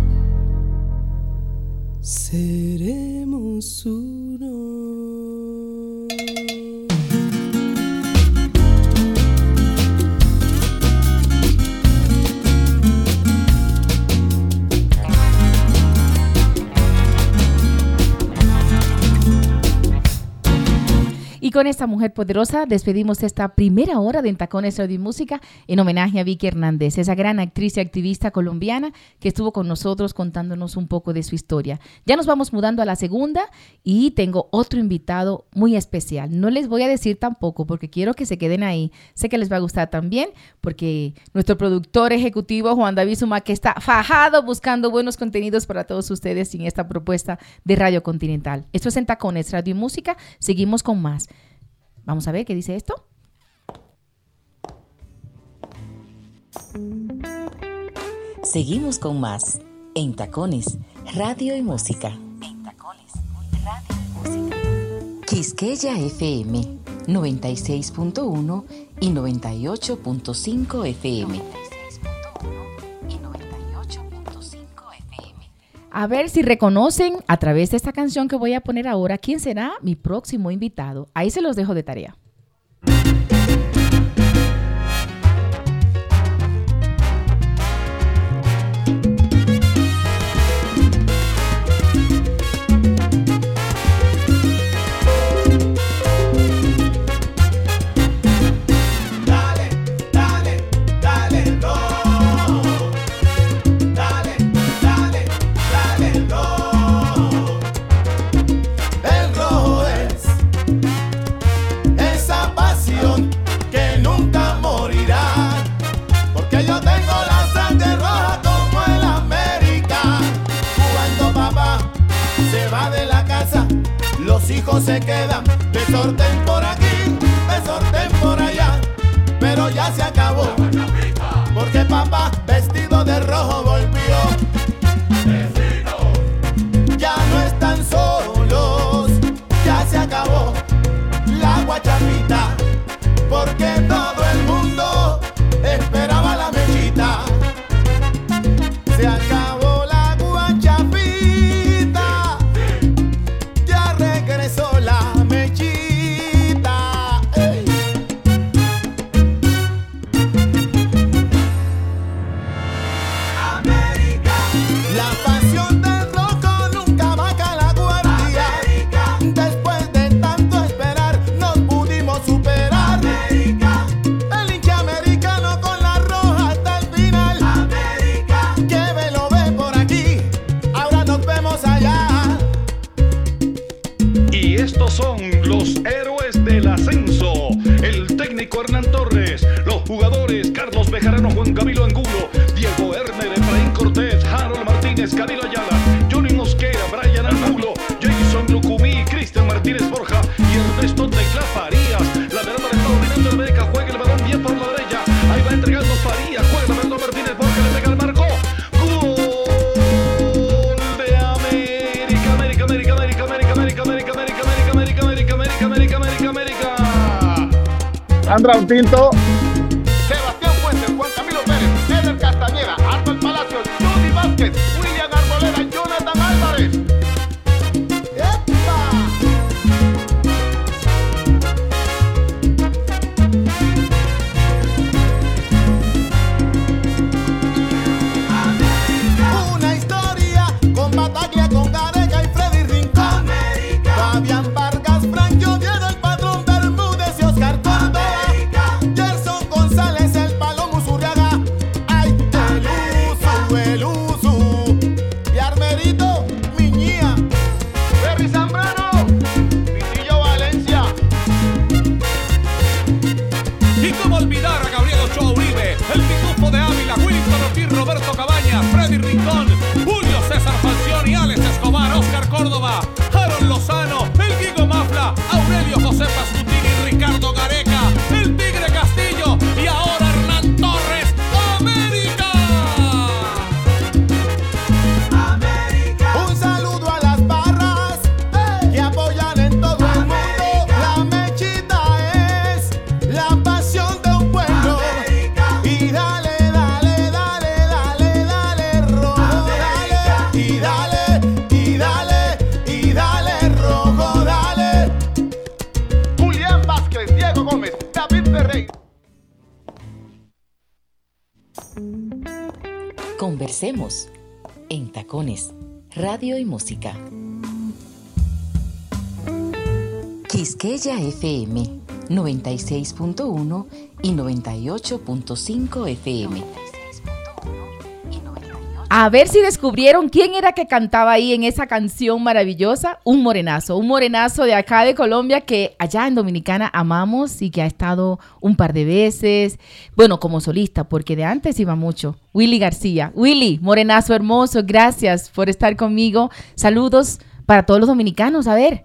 seremos uno. Y con esta mujer poderosa despedimos esta primera hora de En Tacones Radio y Música en homenaje a Vicky Hernández, esa gran actriz y activista colombiana que estuvo con nosotros contándonos un poco de su historia. Ya nos vamos mudando a la segunda y tengo otro invitado muy especial. No les voy a decir tampoco porque quiero que se queden ahí. Sé que les va a gustar también porque nuestro productor ejecutivo Juan David Suma, que está fajado buscando buenos contenidos para todos ustedes en esta propuesta de Radio Continental. Esto es En Tacones Radio y Música. Seguimos con más. Vamos a ver qué dice esto. Seguimos con más En Tacones Radio y Música. En Tacones Radio y Música. Quisqueya FM 96.1 y 98.5 FM. A ver si reconocen a través de esta canción que voy a poner ahora quién será mi próximo invitado. Ahí se los dejo de tarea. Hijos se quedan, desorden por aquí, desorden por allá, pero ya se acabó, porque papá vestido de rojo volvió. Vecinos, ya no están solos, ya se acabó la guachapita, porque todo el mundo esperaba la mechita. Se acabó la guachapita. Regresó la mechita. Camilo Ayala, Johnny Mosquera, Brian Angulo, Jason Lucumí, Cristian Martínez Borja y Ernesto Tecla Farías. La pelota le está dominando el América, juega el balón bien por la derecha. Ahí va entregando Farías, juega la pelota Martínez Borja, le pega al marco. Gol de América, América, América, América, América, América, América, América, América, América, América, América, América, América. Sandra, un tinto. Sebastián Fuentes, Juan Camilo Pérez, Eder Castañeda, Arnold Palacios, Judy Vázquez, William Arboleda, Jonathan Álvarez. Una historia con Bataglia, con Gareca y Freddy Rincón. Fabián Vargas, Frank Oviedo, el Patrón Bermúdez y Oscar Córdoba. Gerson González, el Palomo Zurriaga. Ay, el Uso. Y Armerito Miñía. Ferry Zambrano. Vitillo Valencia. Y cómo olvidar a Gabriel Ochoa Uribe, el Pitufo de Ávila, Wilson Ortiz, Roberto Cabañas, Freddy Rincón, Julio César Falcioni, Alex Escobar, Oscar Córdoba, Harold Lozano, el Guigo Mafla, Aurelio José Pascutini, Ricardo Gareca, el Tigre Castillo y ahora Hernán Torres. ¡América! Un saludo a las barras que apoyan en todo el mundo. La mechita es la pasión de un pueblo. Y dale, dale, dale, dale, dale, rojo, dale. Y dale, y dale, y dale, rojo, dale. Julián Vázquez, Diego Gómez, David Ferreira. Conversemos en Tacones, Radio y Música. Quisqueya FM 96.1 y 98.5 FM. A ver si descubrieron quién era que cantaba ahí en esa canción maravillosa. Un morenazo de acá de Colombia que allá en Dominicana amamos y que ha estado un par de veces, bueno, como solista, porque de antes iba mucho. Willy García. Willy, morenazo hermoso, gracias por estar conmigo. Saludos para todos los dominicanos, a ver.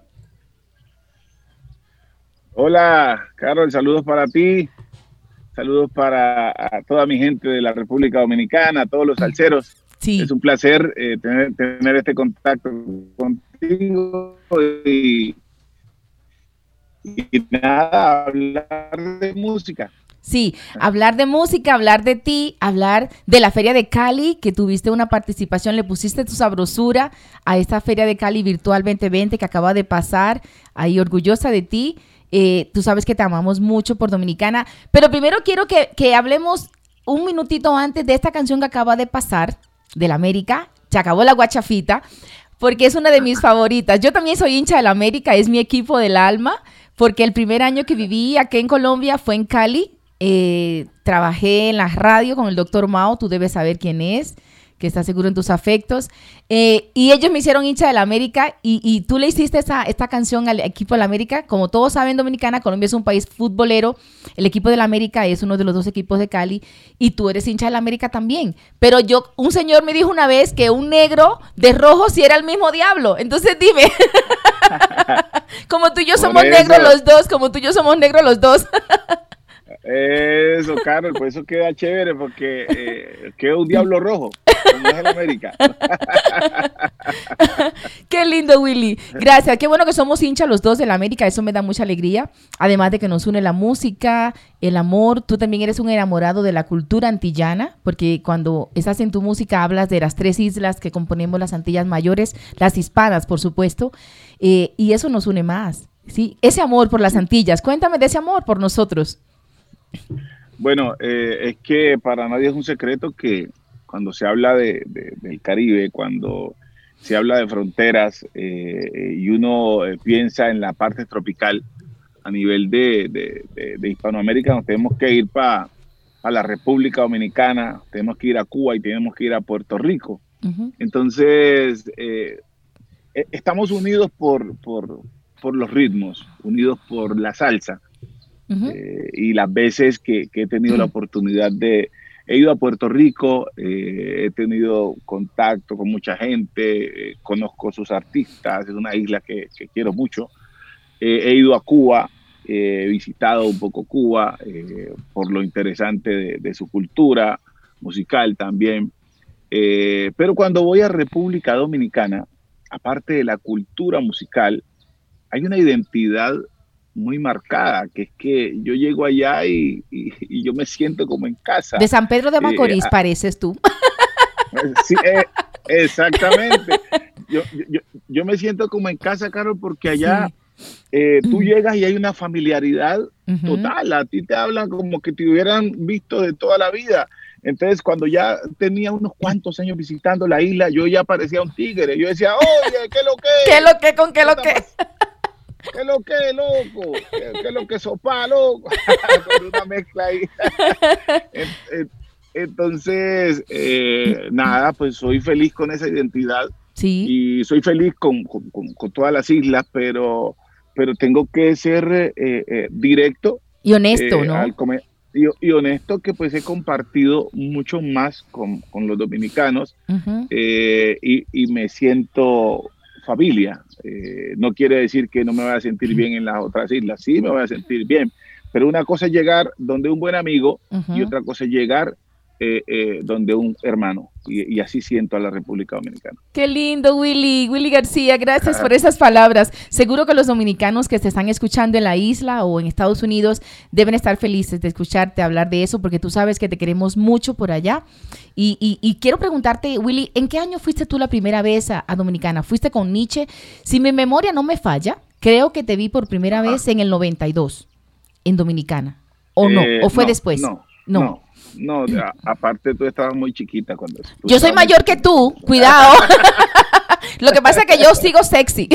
Hola, Carol, saludos para ti. Saludos para a toda mi gente de la República Dominicana, a todos los salseros. Sí. Es un placer tener este contacto contigo y nada, hablar de música. Sí, hablar de música, hablar de ti, hablar de la Feria de Cali, que tuviste una participación, le pusiste tu sabrosura a esta Feria de Cali Virtual 2020 que acaba de pasar, ahí orgullosa de ti. Tú sabes que te amamos mucho por Dominicana, pero primero quiero que hablemos un minutito antes de esta canción que acaba de pasar, del América, se acabó la guachafita, porque es una de mis favoritas. Yo también soy hincha del América, es mi equipo del alma, porque el primer año que viví aquí en Colombia fue en Cali. Trabajé en la radio con el doctor Mao, tú debes saber quién es, que está seguro en tus afectos, y ellos me hicieron hincha del América, y tú le hiciste esta canción al equipo del América. Como todos saben, Dominicana, Colombia es un país futbolero, el equipo del América es uno de los dos equipos de Cali, y tú eres hincha del América también, pero un señor me dijo una vez que un negro de rojo sí era el mismo diablo, entonces dime, como tú y yo somos negros los dos, como tú y yo somos negros los dos. Eso, Carol, por eso queda chévere, porque queda un diablo rojo, como es el América. Qué lindo, Willy. Gracias. Qué bueno que somos hinchas los dos del América, eso me da mucha alegría. Además de que nos une la música, el amor. Tú también eres un enamorado de la cultura antillana, porque cuando estás en tu música hablas de las 3 islas que componemos las Antillas Mayores, las hispanas, por supuesto, y eso nos une más. ¿Sí? Ese amor por las Antillas. Cuéntame de ese amor por nosotros. Bueno, es que para nadie es un secreto que cuando se habla del Caribe, cuando se habla de fronteras y uno piensa en la parte tropical, a nivel de Hispanoamérica, nos tenemos que ir a la República Dominicana, tenemos que ir a Cuba y tenemos que ir a Puerto Rico. Uh-huh. Entonces, estamos unidos por los ritmos, unidos por la salsa. Uh-huh. Y las veces que he tenido la oportunidad de He ido a Puerto Rico, he tenido contacto con mucha gente, conozco sus artistas, es una isla que quiero mucho. He ido a Cuba, he visitado un poco Cuba por lo interesante de su cultura musical también. Pero cuando voy a República Dominicana, aparte de la cultura musical, hay una identidad muy marcada, que es que yo llego allá y yo me siento como en casa. De San Pedro de Macorís pareces tú. Sí, exactamente. Yo me siento como en casa, Carol, porque allá tú llegas y hay una familiaridad total. A ti te hablan como que te hubieran visto de toda la vida. Entonces, cuando ya tenía unos cuantos años visitando la isla, yo ya parecía un tigre. Yo decía, oye, ¿qué lo que? ¿Qué lo que con qué lo que? ¿Qué lo que, loco? ¿Qué lo que sopa, loco? Con una mezcla ahí. Entonces, nada, pues soy feliz con esa identidad. Sí. Y soy feliz con todas las islas, pero tengo que ser directo. Y honesto, ¿no? Y honesto, que pues he compartido mucho más con los dominicanos y me siento familia. No quiere decir que no me voy a sentir bien en las otras islas. Sí, me voy a sentir bien. Pero una cosa es llegar donde un buen amigo y otra cosa es llegar donde un hermano. Y así siento a la República Dominicana. Qué lindo, Willy García, gracias por esas palabras. Seguro que los dominicanos que te están escuchando en la isla o en Estados Unidos deben estar felices de escucharte hablar de eso, porque tú sabes que te queremos mucho por allá. Y quiero preguntarte, Willy, ¿en qué año fuiste tú la primera vez a Dominicana? ¿Fuiste con Nietzsche? Si mi memoria no me falla, creo que te vi por primera vez en el 92 en Dominicana. ¿O no? ¿O fue después? No, aparte tú estabas muy chiquita cuando... Yo soy mayor que tú, cuidado. Lo que pasa es que yo sigo sexy.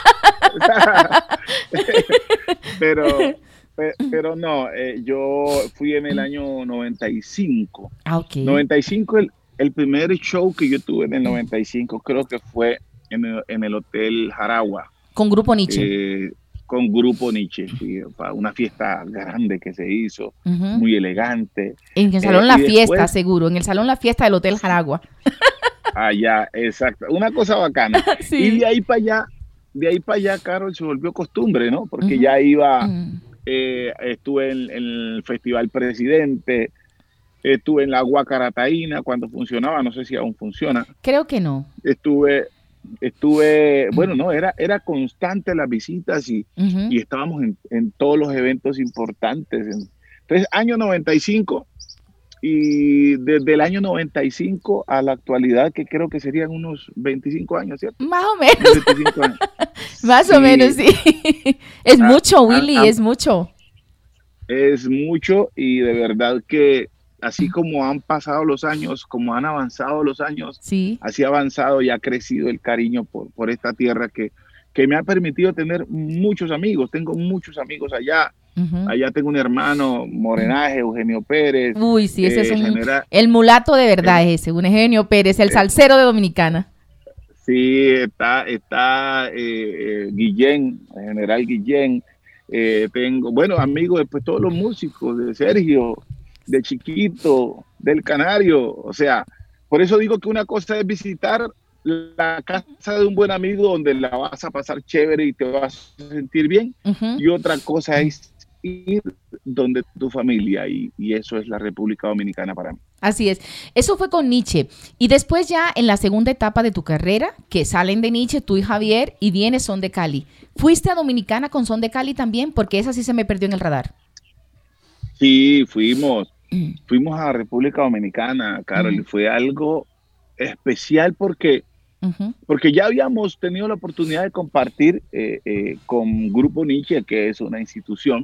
pero no, yo fui en el año 95. Ok. 95, el primer show que yo tuve en el 95 creo que fue en el Hotel Jaragua. Con Grupo Nietzsche. Con Grupo Nietzsche, para una fiesta grande que se hizo, muy elegante. En el Salón La Fiesta, seguro, en el Salón La Fiesta del Hotel Jaragua. Allá, exacto, una cosa bacana. Sí. Y de ahí para allá, Carol, se volvió costumbre, ¿no? Porque ya iba, estuve en el Festival Presidente, estuve en la Guacarataína cuando funcionaba, no sé si aún funciona. Creo que no. Estuve, bueno, no, era constante las visitas y estábamos en todos los eventos importantes. Entonces, año 95, y desde el año 95 a la actualidad, que creo que serían unos 25 años, ¿cierto? Más o menos. 25 años. Más o menos, sí. Es mucho, Willy, es mucho. Es mucho, y de verdad que así como han pasado los años, como han avanzado los años, así ha avanzado y ha crecido el cariño por esta tierra que me ha permitido tener muchos amigos. Tengo muchos amigos allá. Allá tengo un hermano, Morenaje, Eugenio Pérez. Uy, sí, ese es el mulato de verdad, ese, un Eugenio Pérez, el salsero de Dominicana. Sí, está Guillén, el general Guillén. Tengo, bueno, amigos, pues todos los músicos, de Sergio, de Chiquito, del Canario. O sea, por eso digo que una cosa es visitar la casa de un buen amigo donde la vas a pasar chévere y te vas a sentir bien, y otra cosa es ir donde tu familia, y eso es la República Dominicana para mí. Así es, eso fue con Nietzsche, y después ya en la segunda etapa de tu carrera, que salen de Nietzsche, tú y Javier, y viene Son de Cali. ¿Fuiste a Dominicana con Son de Cali también? Porque esa sí se me perdió en el radar. Sí, fuimos a República Dominicana, Carol, y fue algo especial porque ya habíamos tenido la oportunidad de compartir con Grupo Nietzsche, que es una institución,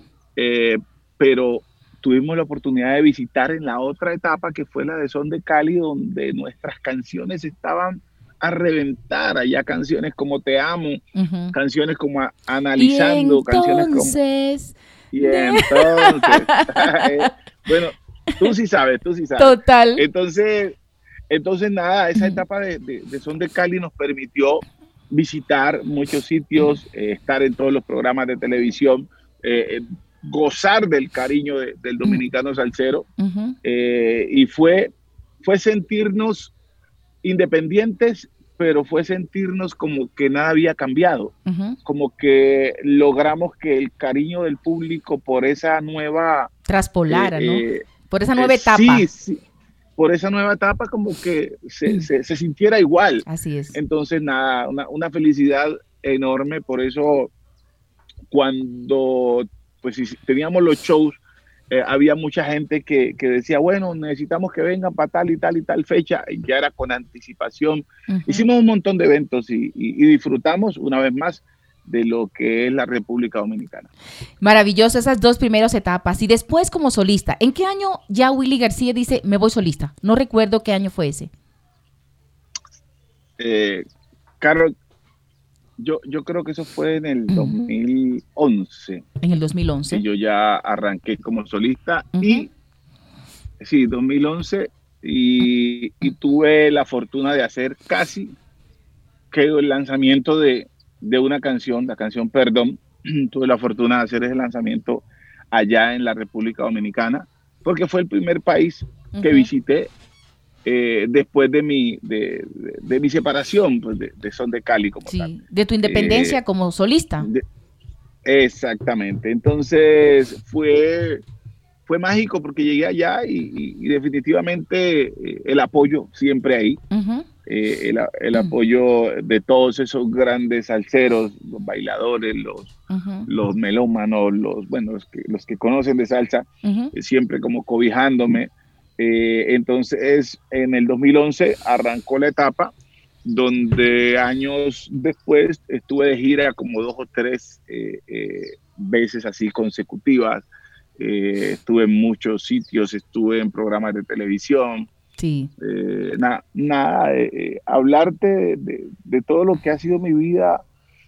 pero tuvimos la oportunidad de visitar en la otra etapa, que fue la de Son de Cali, donde nuestras canciones estaban a reventar. Allá canciones como Te Amo, canciones como Analizando, canciones como... Y entonces, bueno, tú sí sabes. Total. Entonces nada, esa etapa de Son de Cali nos permitió visitar muchos sitios, estar en todos los programas de televisión, gozar del cariño del dominicano salsero. Ujú. Y fue sentirnos independientes, pero fue sentirnos como que nada había cambiado, Ujú. como que logramos que el cariño del público por esa nueva... Traspolara, ¿no? Por esa nueva etapa. Sí, por esa nueva etapa como que se sintiera igual. Así es. Entonces, nada, una felicidad enorme. Por eso, cuando pues teníamos los shows, había mucha gente que decía, bueno, necesitamos que vengan para tal y tal y tal fecha, y ya era con anticipación. Ujú. Hicimos un montón de eventos y disfrutamos una vez más de lo que es la República Dominicana. Maravilloso esas dos primeras etapas. Y después como solista, ¿en qué año ya Willy García dice, me voy solista? No recuerdo qué año fue ese. Carol, yo creo que eso fue en el 2011. En el 2011. Que yo ya arranqué como solista. Ujú. Y sí, 2011. Y tuve la fortuna de hacer casi que el lanzamiento de una canción, la canción Perdón. Tuve la fortuna de hacer ese lanzamiento allá en la República Dominicana, porque fue el primer país que Ujú. visité después de mi separación, pues, de Son de Cali como tal. Sí, de tu independencia como solista. Exactamente. Entonces fue mágico porque llegué allá y definitivamente el apoyo siempre ahí. Ujú. El apoyo de todos esos grandes salseros, los bailadores, Ujú. los melómanos, los que conocen de salsa, Ujú. siempre como cobijándome. Entonces, en el 2011 arrancó la etapa donde años después estuve de gira como 2 o 3 veces así consecutivas. Estuve en muchos sitios, estuve en programas de televisión. Sí. Hablarte de todo lo que ha sido mi vida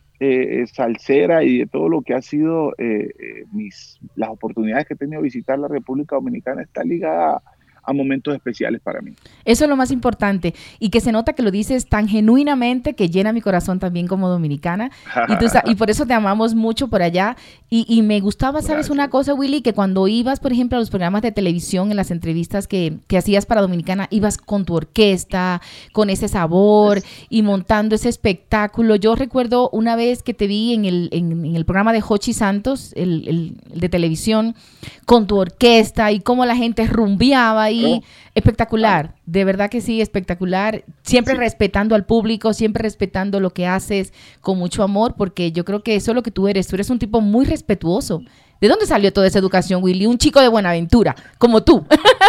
salsera y de todo lo que ha sido las oportunidades que he tenido de visitar la República Dominicana está ligada a momentos especiales para mí. Eso es lo más importante y que se nota que lo dices tan genuinamente que llena mi corazón también como dominicana y por eso te amamos mucho por allá y me gustaba, ¿sabes? Gracias. Una cosa, Willy, que cuando ibas, por ejemplo, a los programas de televisión, en las entrevistas que hacías para Dominicana, ibas con tu orquesta, con ese sabor y montando ese espectáculo. Yo recuerdo una vez que te vi en el programa de Jochi Santos, el de televisión, con tu orquesta y cómo la gente rumbeaba ahí. Espectacular, de verdad que sí, espectacular, siempre respetando al público, siempre respetando lo que haces con mucho amor, porque yo creo que eso es lo que tú eres un tipo muy respetuoso. ¿De dónde salió toda esa educación, Willy? Un chico de Buenaventura, como tú.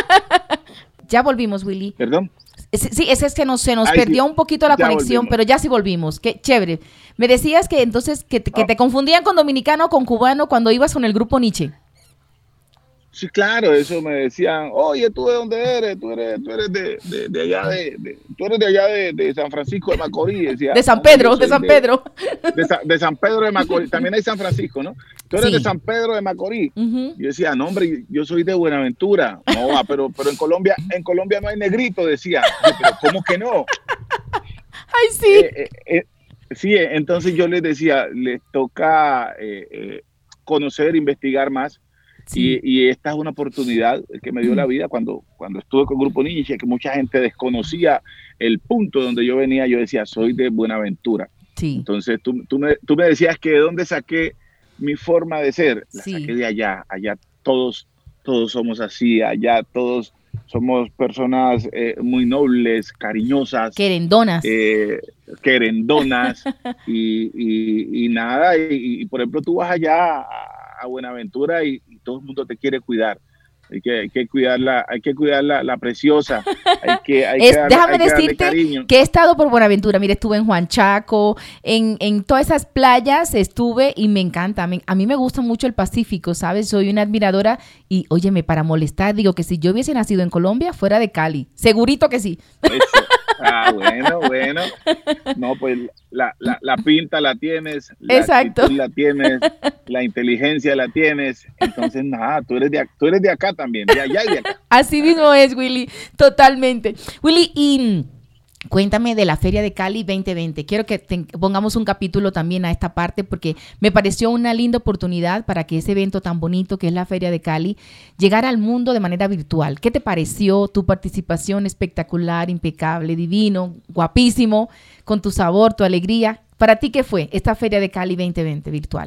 Ya volvimos, Willy. ¿Perdón? Sí, es que se nos perdió un poquito la conexión, volvimos. pero ya sí volvimos. Qué chévere. Me decías que entonces que te confundían con dominicano o con cubano cuando ibas con el grupo Nietzsche. Sí, claro, eso me decían, oye, ¿tú de dónde eres? Tú eres de allá tú eres de allá de San Francisco de Macorís. Decía, De San Pedro, de San Pedro. De San Pedro de Macorís, también hay San Francisco, ¿no? Tú eres Sí. de San Pedro de Macorís. Ujú. Yo decía, no, hombre, yo soy de Buenaventura. No, pero en Colombia no hay negrito, decía. Yo, pero ¿cómo que no? Ay, sí. Sí, entonces yo les decía, les toca conocer, investigar más. Sí. Y esta es una oportunidad que me dio la vida cuando estuve con Grupo Nietzsche, que mucha gente desconocía el punto donde yo venía. Yo decía, soy de Buenaventura. Sí. Entonces tú me decías que de dónde saqué mi forma de ser. La Sí. saqué de allá. Allá todos somos así. Allá todos somos personas muy nobles, cariñosas, Querendonas. querendonas y nada. Y por ejemplo, tú vas allá a Buenaventura y todo el mundo te quiere cuidar. Hay que cuidarla, la preciosa. Déjame decirte que he estado por Buenaventura. Mire, estuve en Juan Chaco, en todas esas playas estuve y me encanta. A mí me gusta mucho el Pacífico, ¿sabes? Soy una admiradora y, óyeme, para molestar, digo que si yo hubiese nacido en Colombia, fuera de Cali. Segurito que sí. Eso. Bueno. No, pues la pinta la tienes, la Exacto. actitud la tienes, la inteligencia la tienes. Entonces, nada, tú eres de acá también, de allá y de acá. Así mismo es, Willy, totalmente. Willy, y Cuéntame de la Feria de Cali 2020. Quiero que pongamos un capítulo también a esta parte porque me pareció una linda oportunidad para que ese evento tan bonito que es la Feria de Cali llegara al mundo de manera virtual. ¿Qué te pareció tu participación? Espectacular, impecable, divino, guapísimo, con tu sabor, tu alegría. ¿Para ti qué fue esta Feria de Cali 2020 virtual?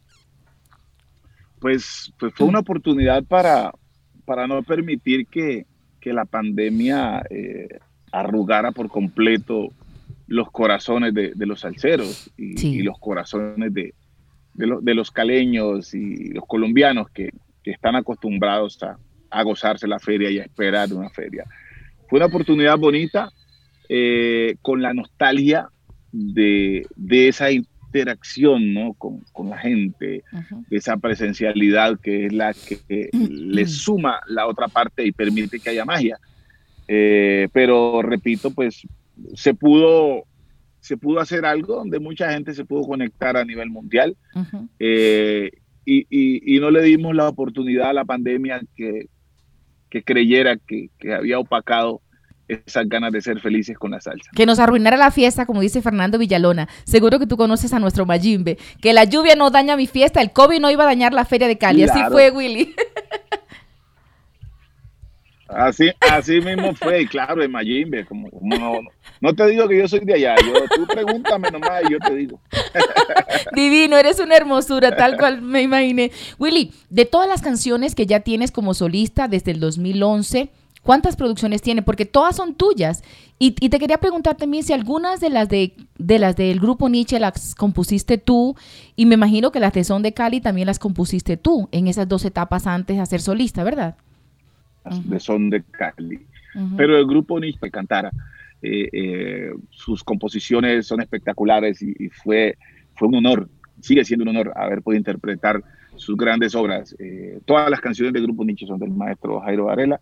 Pues fue una oportunidad para no permitir que la pandemia arrugara por completo los corazones de los salseros y los corazones de los caleños y los colombianos que están acostumbrados a gozarse la feria y a esperar una feria. Fue una oportunidad bonita, con la nostalgia de esa interacción, ¿no? con la gente, de esa presencialidad que es la que le suma la otra parte y permite que haya magia. Pero repito, pues se pudo hacer algo donde mucha gente se pudo conectar a nivel mundial, y no le dimos la oportunidad a la pandemia que creyera que había opacado esas ganas de ser felices con la salsa. Que nos arruinara la fiesta, como dice Fernando Villalona. Seguro que tú conoces a nuestro Mayimbe, que la lluvia no daña mi fiesta, el COVID no iba a dañar la Feria de Cali. Claro. Así fue, Willy. Así mismo fue, y claro, en Mayimbe, como no te digo que yo soy de allá, tú pregúntame nomás y yo te digo. Divino, eres una hermosura, tal cual me imaginé. Willy, de todas las canciones que ya tienes como solista desde el 2011, ¿cuántas producciones tienes? Porque todas son tuyas. Y te quería preguntar también si algunas de las del grupo Nietzsche las compusiste tú, y me imagino que las de Son de Cali también las compusiste tú en esas 2 etapas antes de ser solista, ¿verdad? De Son de Cali. Pero el grupo Nietzsche cantara. Sus composiciones son espectaculares y fue un honor, sigue siendo un honor haber podido interpretar sus grandes obras. Todas las canciones del grupo Nietzsche son del maestro Jairo Varela,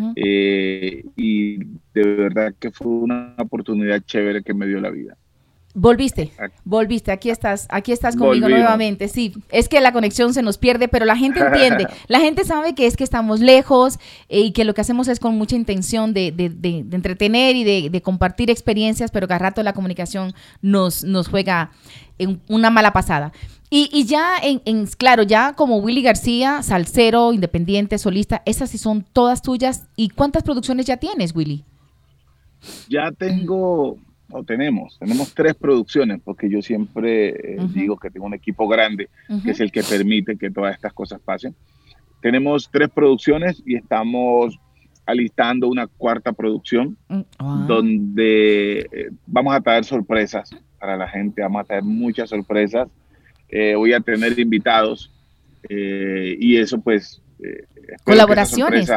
y de verdad que fue una oportunidad chévere que me dio la vida. Volviste, aquí estás conmigo nuevamente. Sí, es que la conexión se nos pierde, pero la gente entiende, la gente sabe que es que estamos lejos, y que lo que hacemos es con mucha intención de entretener y de compartir experiencias, pero que a rato la comunicación nos juega en una mala pasada. Y ya, claro, ya como Willy García, salsero, independiente, solista, esas sí son todas tuyas. ¿Y cuántas producciones ya tienes, Willy? Ya tenemos 3 producciones, porque yo siempre digo que tengo un equipo grande, que es el que permite que todas estas cosas pasen. Tenemos 3 producciones y estamos alistando una 4ª producción, donde vamos a traer sorpresas para la gente, vamos a traer muchas sorpresas. Voy a tener invitados, y eso pues... colaboraciones,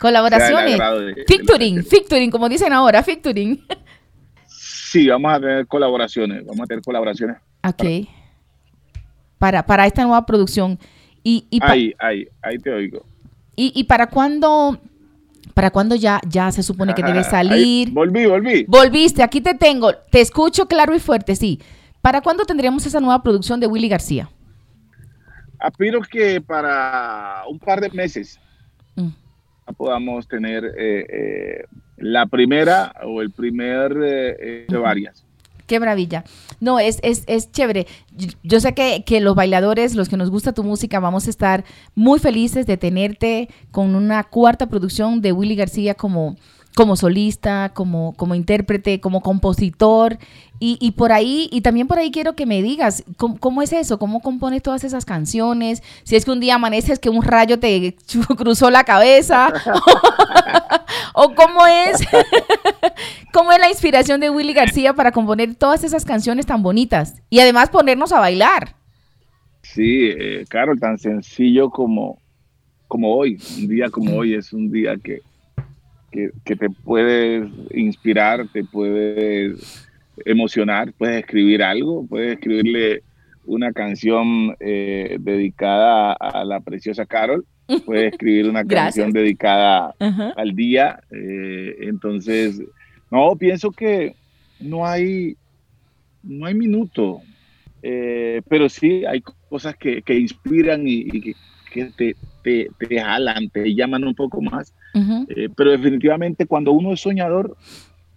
featuring, como dicen ahora, featuring. Sí, vamos a tener colaboraciones. Ok. Para esta nueva producción. Ahí te oigo. ¿Y para cuándo ya se supone que debe salir? Volví. Volviste, aquí te tengo. Te escucho claro y fuerte, sí. ¿Para cuándo tendríamos esa nueva producción de Willy García? Aspiro que para un par de meses podamos tener la primera o el primer de varias. Qué maravilla. No, es chévere. Yo sé que los bailadores, los que nos gusta tu música, vamos a estar muy felices de tenerte con una 4ª producción de Willy García como solista, como intérprete, como compositor, y por ahí, y también por ahí quiero que me digas, ¿cómo es eso? ¿Cómo compones todas esas canciones? Si es que un día amaneces que un rayo te cruzó la cabeza, o cómo es la inspiración de Willy García para componer todas esas canciones tan bonitas, y además ponernos a bailar. Sí, Carol, tan sencillo como hoy, un día como hoy es un día que te puedes inspirar, te puedes emocionar, puedes escribir algo, puedes escribirle una canción dedicada a la preciosa Carol, puedes escribir una canción dedicada al día. Entonces, no, pienso que no hay minuto, pero sí hay cosas que inspiran y que te jalan, te llaman un poco más. Pero definitivamente cuando uno es soñador,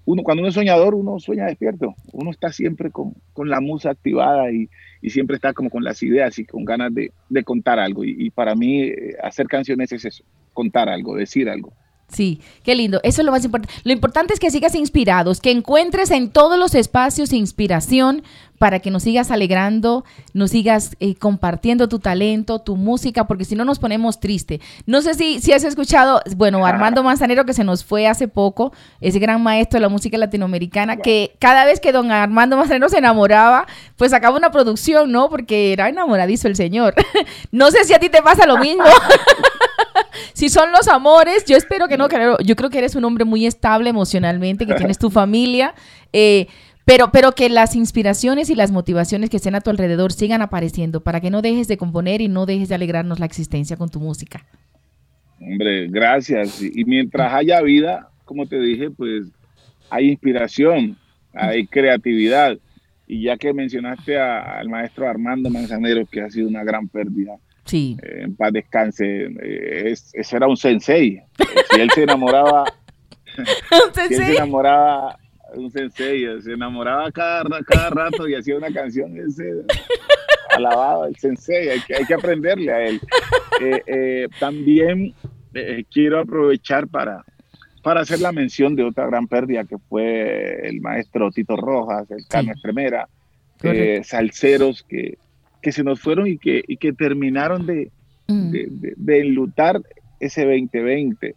cuando uno es soñador, uno sueña despierto. Uno está siempre con la musa activada y siempre está como con las ideas y con ganas de contar algo. Y para mí, hacer canciones es eso, contar algo, decir algo. Sí, qué lindo. Eso es lo más importante. Lo importante es que sigas inspirados, que encuentres en todos los espacios inspiración para que nos sigas alegrando, nos sigas compartiendo tu talento, tu música, porque si no nos ponemos triste. No sé si has escuchado, bueno, Armando Manzanero, que se nos fue hace poco, ese gran maestro de la música latinoamericana, que cada vez que don Armando Manzanero se enamoraba, pues sacaba una producción, ¿no? Porque era enamoradizo el señor. No sé si a ti te pasa lo mismo. Si son los amores, yo espero que no, yo creo que eres un hombre muy estable emocionalmente, que tienes tu familia, pero que las inspiraciones y las motivaciones que estén a tu alrededor sigan apareciendo para que no dejes de componer y no dejes de alegrarnos la existencia con tu música. Hombre, gracias. Y mientras haya vida, como te dije, pues hay inspiración, hay creatividad. Y ya que mencionaste al maestro Armando Manzanero, que ha sido una gran pérdida, sí. En paz descanse, ese era un sensei. Si él se enamoraba, si él se enamoraba, un sensei, se enamoraba cada rato y hacía una canción, ese alabado el sensei, hay que aprenderle a él. También quiero aprovechar para hacer la mención de otra gran pérdida que fue el maestro Tito Rojas, el Cano Estremera, salseros que se nos fueron y que terminaron de enlutar ese 2020,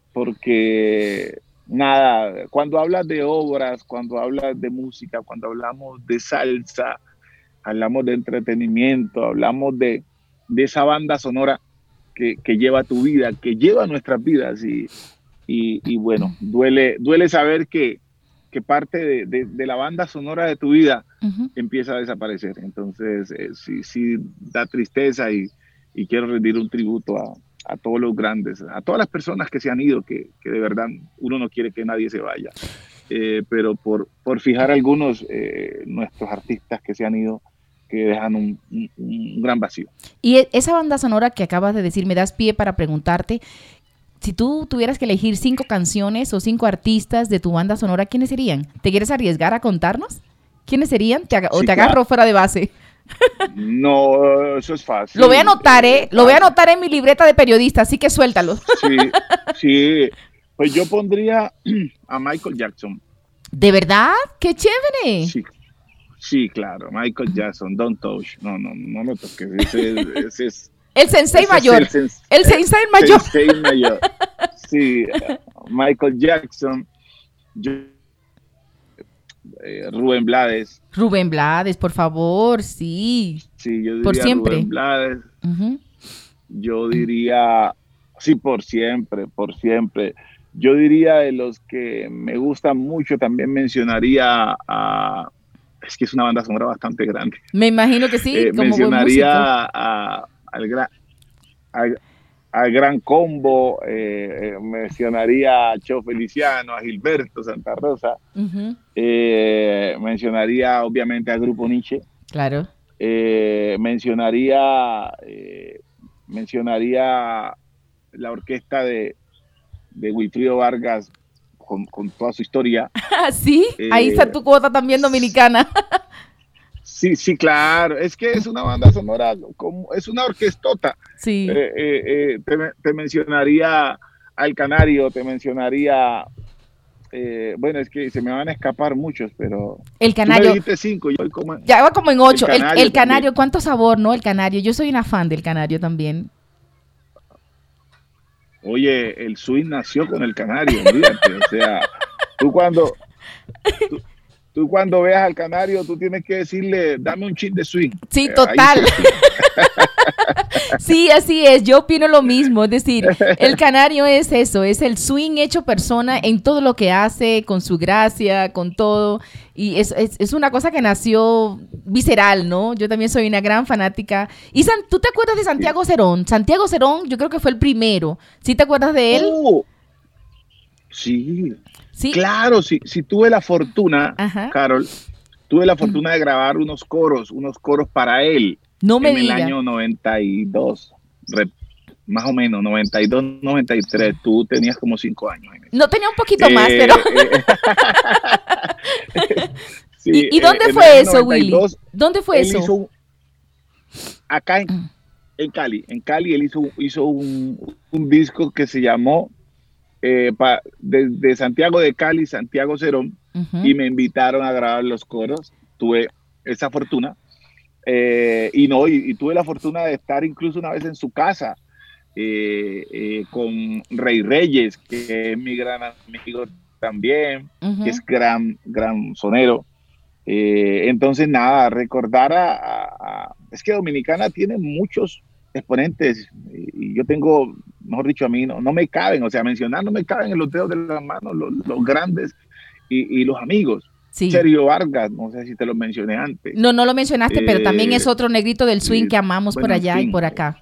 porque nada, cuando hablas de obras, cuando hablas de música, cuando hablamos de salsa, hablamos de entretenimiento, hablamos de esa banda sonora que lleva tu vida, que lleva nuestras vidas y bueno, duele saber que parte de la banda sonora de tu vida empieza a desaparecer. Entonces, sí da tristeza y quiero rendir un tributo a todos los grandes, a todas las personas que se han ido, que de verdad uno no quiere que nadie se vaya. Pero por fijar algunos, nuestros artistas que se han ido, que dejan un gran vacío. Y esa banda sonora que acabas de decir, me das pie para preguntarte, si tú tuvieras que elegir 5 canciones o 5 artistas de tu banda sonora, ¿quiénes serían? ¿Te quieres arriesgar a contarnos? ¿Quiénes serían? ¿Te agarro fuera de base? No, eso es fácil. Lo voy a anotar, Lo voy a anotar en mi libreta de periodista, así que suéltalo. Sí. Pues yo pondría a Michael Jackson. ¿De verdad? ¡Qué chévere! Sí, claro. Michael Jackson, Don't Touch. No lo toques. Ese es... El sensei mayor. El sensei mayor. Sensei mayor. Sí, Michael Jackson. Rubén Blades. Rubén Blades, por favor, sí. Sí, yo diría por siempre. Rubén Blades. Yo diría, sí, por siempre. Yo diría de los que me gustan mucho, también mencionaría a... Es que es una banda sonora bastante grande. Me imagino que sí, como mencionaría al Gran Combo, mencionaría a Cheo Feliciano, a Gilberto Santa Rosa, mencionaría obviamente al Grupo Nietzsche. Claro. Mencionaría la orquesta de Wilfrido Vargas con toda su historia. Sí, ahí está tu cuota también dominicana. Sí, claro, es que es una banda sonora, es una orquestota. Sí. Te mencionaría al Canario, te mencionaría, bueno, es que se me van a escapar muchos, pero... El Canario. Tú me dijiste 5, yo voy como... Ya va como en 8. El Canario, ¿cuánto sabor, no? El Canario, yo soy una fan del Canario también. Oye, el swing nació con el Canario, olvídate, o sea, tú cuando veas al Canario, tú tienes que decirle, dame un chin de swing. Sí, total. Sí, así es, yo opino lo mismo, es decir, el Canario es eso, es el swing hecho persona en todo lo que hace, con su gracia, con todo, y es una cosa que nació visceral, ¿no? Yo también soy una gran fanática. Y ¿tú te acuerdas de Santiago Cerón? Santiago Cerón yo creo que fue el primero, ¿sí te acuerdas de él? Sí. Claro, sí tuve la fortuna, Carol, de grabar unos coros para él. No me digas. En el año 92. más o menos, 92, 93. Tú tenías como 5 años. No, tenía un poquito más, pero... Sí, ¿Y dónde fue eso, Willy? ¿Dónde fue eso? Acá en Cali. En Cali él hizo un disco que se llamó de Santiago de Cali, Santiago Cerón, y me invitaron a grabar los coros. Tuve esa fortuna. Y tuve la fortuna de estar incluso una vez en su casa con Rey Reyes, que es mi gran amigo también, que es gran sonero. Entonces, nada, recordar es que Dominicana tiene muchos exponentes y yo tengo, mejor dicho, a mí no me caben, o sea, mencionar no me caben en los dedos de las manos los grandes y los amigos. Sí. Sergio Vargas, no sé si te lo mencioné antes. No lo mencionaste, pero también es otro negrito del swing que amamos por allá y por acá.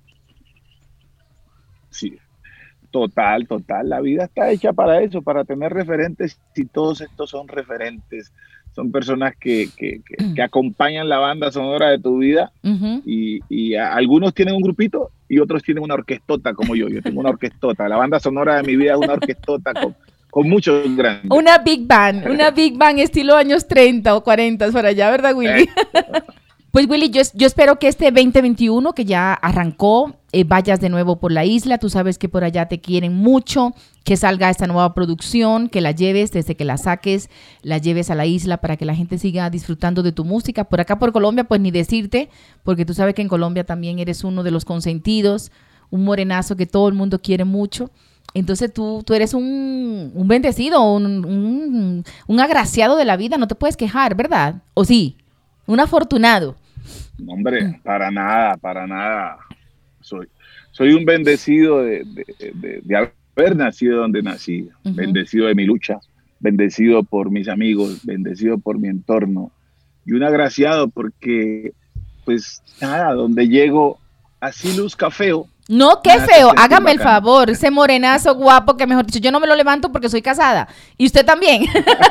Sí, total, la vida está hecha para eso, para tener referentes, y todos estos son referentes. Son personas que acompañan la banda sonora de tu vida y algunos tienen un grupito y otros tienen una orquestota como yo. Yo tengo una orquestota. La banda sonora de mi vida es una orquestota con muchos grandes. Una big band estilo años 30 o 40 por allá, ¿verdad, Willy? Pues Willy, yo espero que este 2021 que ya arrancó, vayas de nuevo por la isla. Tú sabes que por allá te quieren mucho, que salga esta nueva producción, que la lleves, desde que la saques, la lleves a la isla para que la gente siga disfrutando de tu música. Por acá por Colombia, pues ni decirte, porque tú sabes que en Colombia también eres uno de los consentidos, un morenazo que todo el mundo quiere mucho. Entonces tú eres un bendecido, un agraciado de la vida, no te puedes quejar, ¿verdad? ¿O sí? Un afortunado. No, hombre, para nada. Soy un bendecido de haber nacido donde nací, bendecido de mi lucha, bendecido por mis amigos, bendecido por mi entorno y un agraciado porque, pues nada, donde llego, así luzca feo. No, qué feo, hágame el favor, ese morenazo guapo que mejor dicho, yo no me lo levanto porque soy casada y usted también.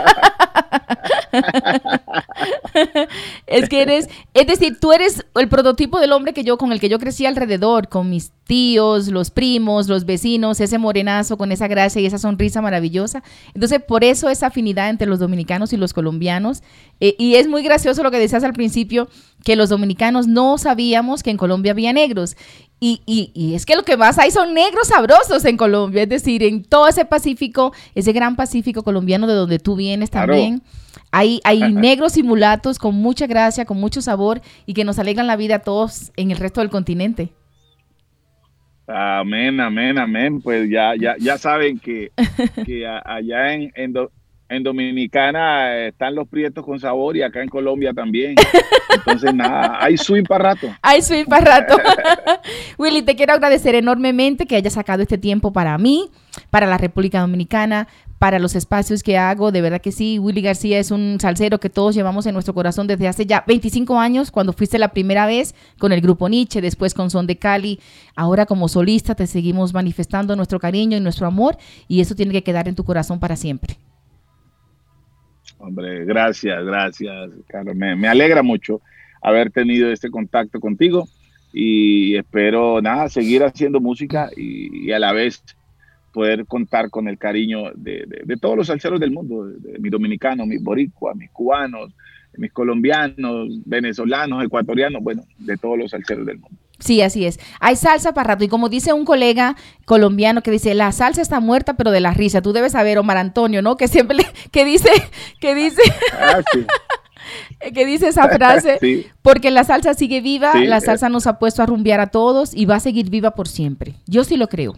Es decir, tú eres el prototipo del hombre con el que yo crecí alrededor, con mis tíos, los primos, los vecinos, ese morenazo con esa gracia y esa sonrisa maravillosa. Entonces, por eso esa afinidad entre los dominicanos y los colombianos. Y es muy gracioso lo que decías al principio, que los dominicanos no sabíamos que en Colombia había negros. Y es que lo que más hay son negros sabrosos en Colombia, es decir, en todo ese Pacífico, ese gran Pacífico colombiano de donde tú vienes también, hay negros y mulatos con mucha gracia, con mucho sabor y que nos alegran la vida a todos en el resto del continente. Amén. Pues ya saben que allá en Dominicana están los prietos con sabor y acá en Colombia también. Entonces, nada, hay swing para rato. Willy, te quiero agradecer enormemente que hayas sacado este tiempo para mí, para la República Dominicana, para los espacios que hago. De verdad que sí, Willy García es un salsero que todos llevamos en nuestro corazón desde hace ya 25 años, cuando fuiste la primera vez con el grupo Nietzsche, después con Son de Cali. Ahora como solista te seguimos manifestando nuestro cariño y nuestro amor y eso tiene que quedar en tu corazón para siempre. Hombre, gracias, Carlos. Me alegra mucho haber tenido este contacto contigo y espero, seguir haciendo música y a la vez poder contar con el cariño de todos los salseros del mundo, de mis dominicanos, mis boricuas, mis cubanos, mis colombianos, venezolanos, ecuatorianos, bueno, de todos los salseros del mundo. Sí, así es. Hay salsa para rato. Y como dice un colega colombiano que dice, la salsa está muerta, pero de la risa. Tú debes saber, Omar Antonio, ¿no? Que siempre que dice sí. que dice esa frase, sí. Porque la salsa sigue viva, sí, la salsa nos ha puesto a rumbear a todos y va a seguir viva por siempre. Yo sí lo creo.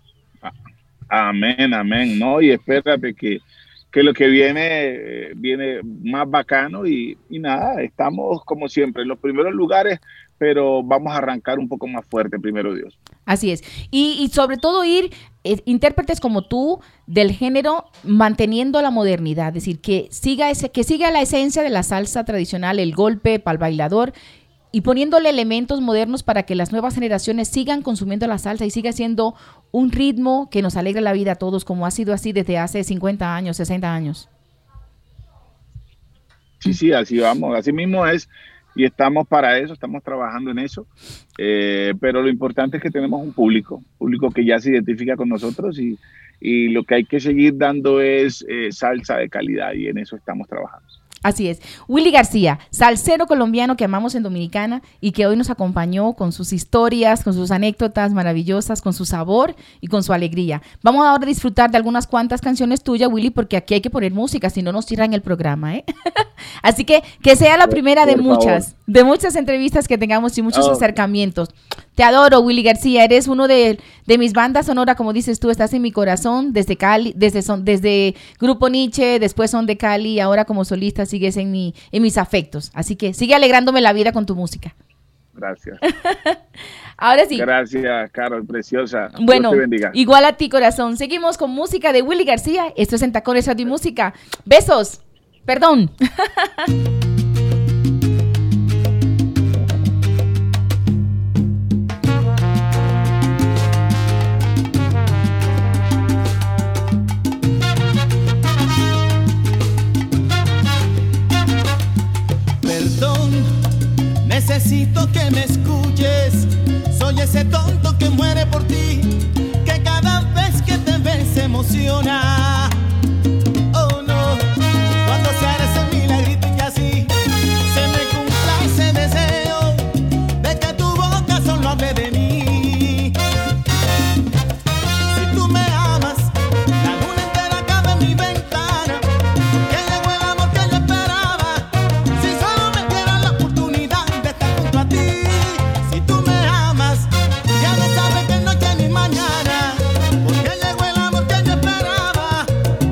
Amén. No, y espérate que lo que viene más bacano y nada, estamos como siempre en los primeros lugares, pero vamos a arrancar un poco más fuerte, primero Dios. Así es. Y sobre todo intérpretes como tú del género manteniendo la modernidad, es decir, que siga la esencia de la salsa tradicional, el golpe para el bailador y poniéndole elementos modernos para que las nuevas generaciones sigan consumiendo la salsa y siga siendo un ritmo que nos alegre la vida a todos, como ha sido así desde hace 50 años, 60 años. Sí, así vamos. Así mismo es y estamos para eso, estamos trabajando en eso, pero lo importante es que tenemos un público que ya se identifica con nosotros y lo que hay que seguir dando es salsa de calidad y en eso estamos trabajando. Así es. Willy García, salsero colombiano que amamos en Dominicana y que hoy nos acompañó con sus historias, con sus anécdotas maravillosas, con su sabor y con su alegría. Vamos ahora a disfrutar de algunas cuantas canciones tuyas, Willy, porque aquí hay que poner música, si no nos cierran el programa, ¿eh? Así que sea la primera de muchas entrevistas que tengamos y muchos acercamientos. Te adoro, Willy García, eres uno de mis bandas sonoras, como dices tú, estás en mi corazón desde Cali, desde Grupo Nietzsche, después Son de Cali, y ahora como solista sigues en mis afectos. Así que sigue alegrándome la vida con tu música. Gracias. Ahora sí. Gracias, Carol, preciosa. Bueno, Dios te bendiga. Igual a ti, corazón. Seguimos con música de Willy García. Esto es en Tacones Radio y Música. Besos. Perdón. Necesito que me escuches, soy ese tonto que muere por ti, que cada vez que te ves se emociona. Oh no, cuando se hará ese milagrito y así se me cumpla ese deseo de que tu boca solo hable de mí. Si tú me amas, la luna entera cabe en mi ventana, que llegó el amor que yo esperaba. Si solo me dieran la oportunidad de estar junto a ti. Si tú me amas, ya no sabes que noche ni mañana, porque llegó el amor que yo esperaba.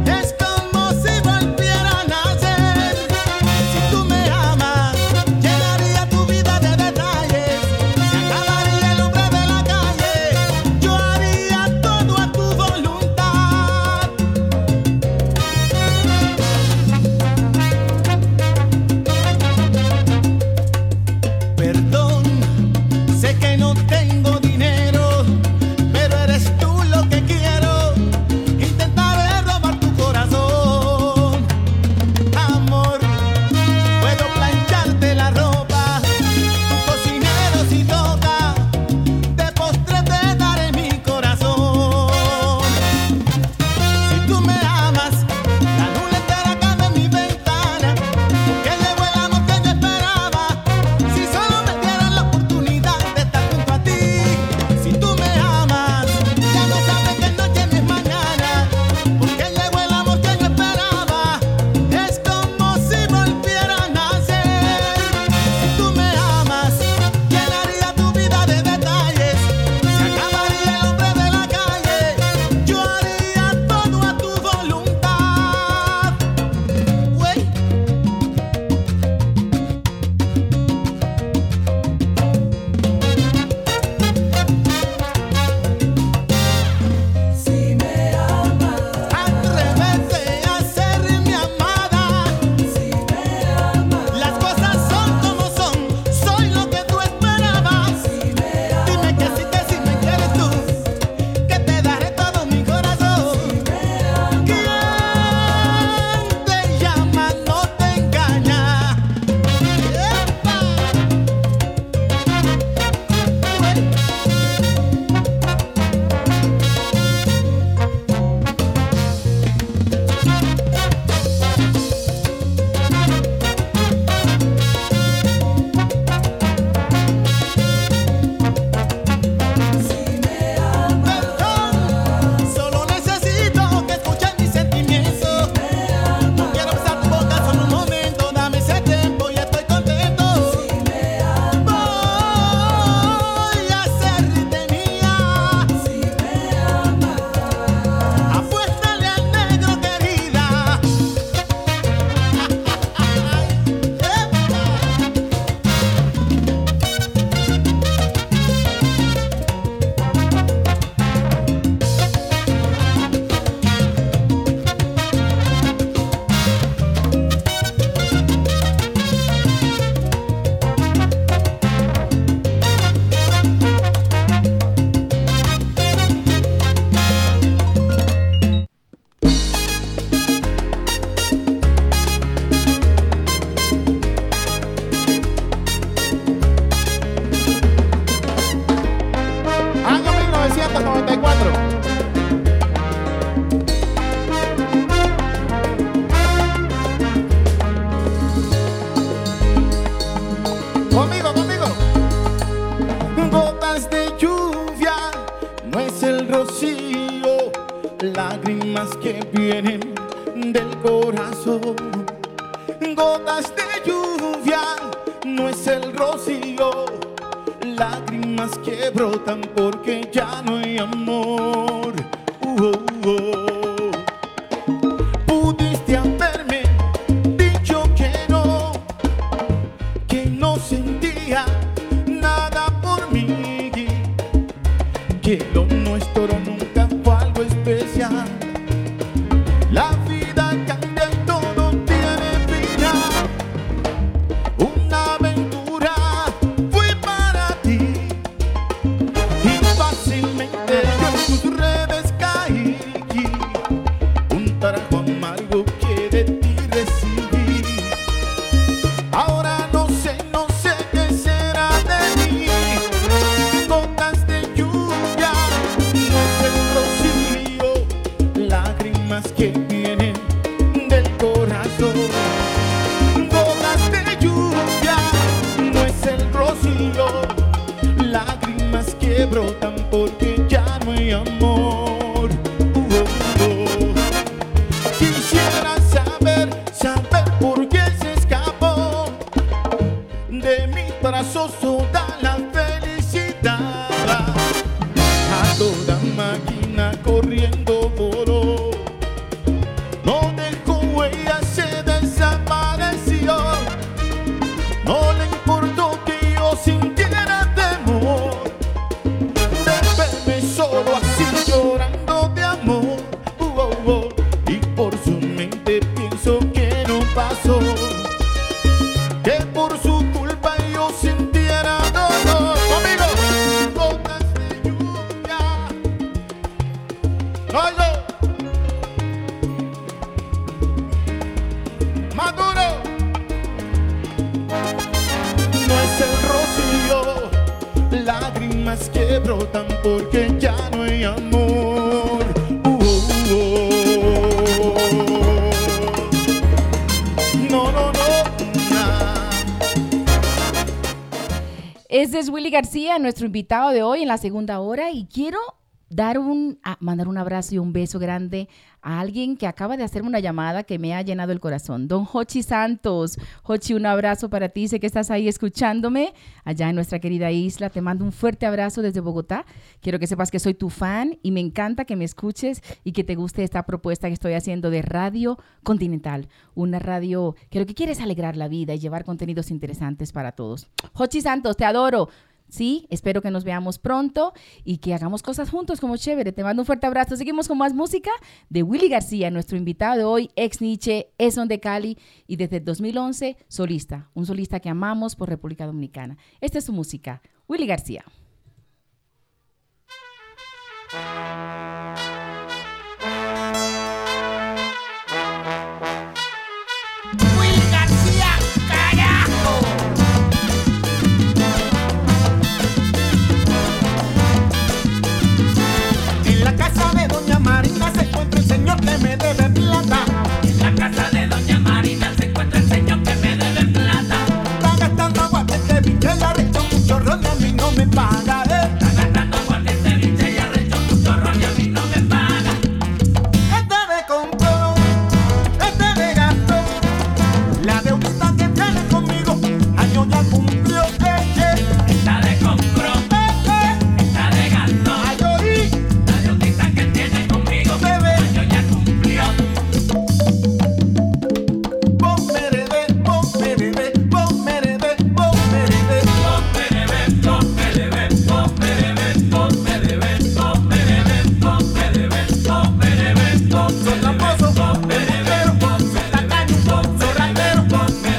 que vienen del corazón. Gotas de lluvia, no es el rocío, lágrimas que brotan porque ya no hay amor. Pudiste haberme dicho que no sentía nada por mí, que lo nuestro nunca fue algo especial. La vida cambia y todo tiene final. Una aventura fue para ti y fácilmente yo en tus redes caí. Un trago amargo que de ti recibí. Ahora no sé qué será de mí. Gotas de lluvia, no es el rocío, lágrimas que vienen del corazón. Gotas de lluvia, no es el rocío, lágrimas que brotan porque ya no hay amor. Quisiera saber por qué se escapó de mis brazos toda la felicidad. A toda máquina corriendo voló, no dejó huella, se desapareció. No le importó que yo sintiera temor de verme solo así llorando de amor. Y por su mente pienso que no pasó, que por su culpa yo sintiera dolor. Conmigo, gotas de lluvia. Oigo, Maduro. No es el rocío, lágrimas que brotan porque ya no hay amor. No. Este es Willy García, nuestro invitado de hoy en la segunda hora, y quiero mandar un abrazo y un beso grande a alguien que acaba de hacerme una llamada que me ha llenado el corazón, don Jochi Santos. Jochi, un abrazo para ti, sé que estás ahí escuchándome allá en nuestra querida isla. Te mando un fuerte abrazo desde Bogotá. Quiero que sepas que soy tu fan y me encanta que me escuches y que te guste esta propuesta que estoy haciendo de Radio Continental, una radio que lo que quiere es alegrar la vida y llevar contenidos interesantes para todos. Jochi Santos, te adoro. Sí, espero que nos veamos pronto y que hagamos cosas juntos como chévere. Te mando un fuerte abrazo. Seguimos con más música de Willy García, nuestro invitado de hoy, ex Nietzsche, es son de Cali y desde el 2011 solista, un solista que amamos por República Dominicana. Esta es su música, Willy García. Marina se encuentra el señor que me debe plata. En la casa de doña Marina se encuentra el señor que me debe plata. Está gastando aguardiente, biche y arrecho, mucho ron y a mí no me paga. Está gastando aguardiente, biche y arrecho, mucho ron y a mí no me paga. Este me compró, este me gastó. La deudita que tiene conmigo, año ya cumplió. Esta de compró, esta de gastó. La deudita que tiene conmigo, año ya cumplió. Son tramposos, son rateros, son tacaños, son rateros.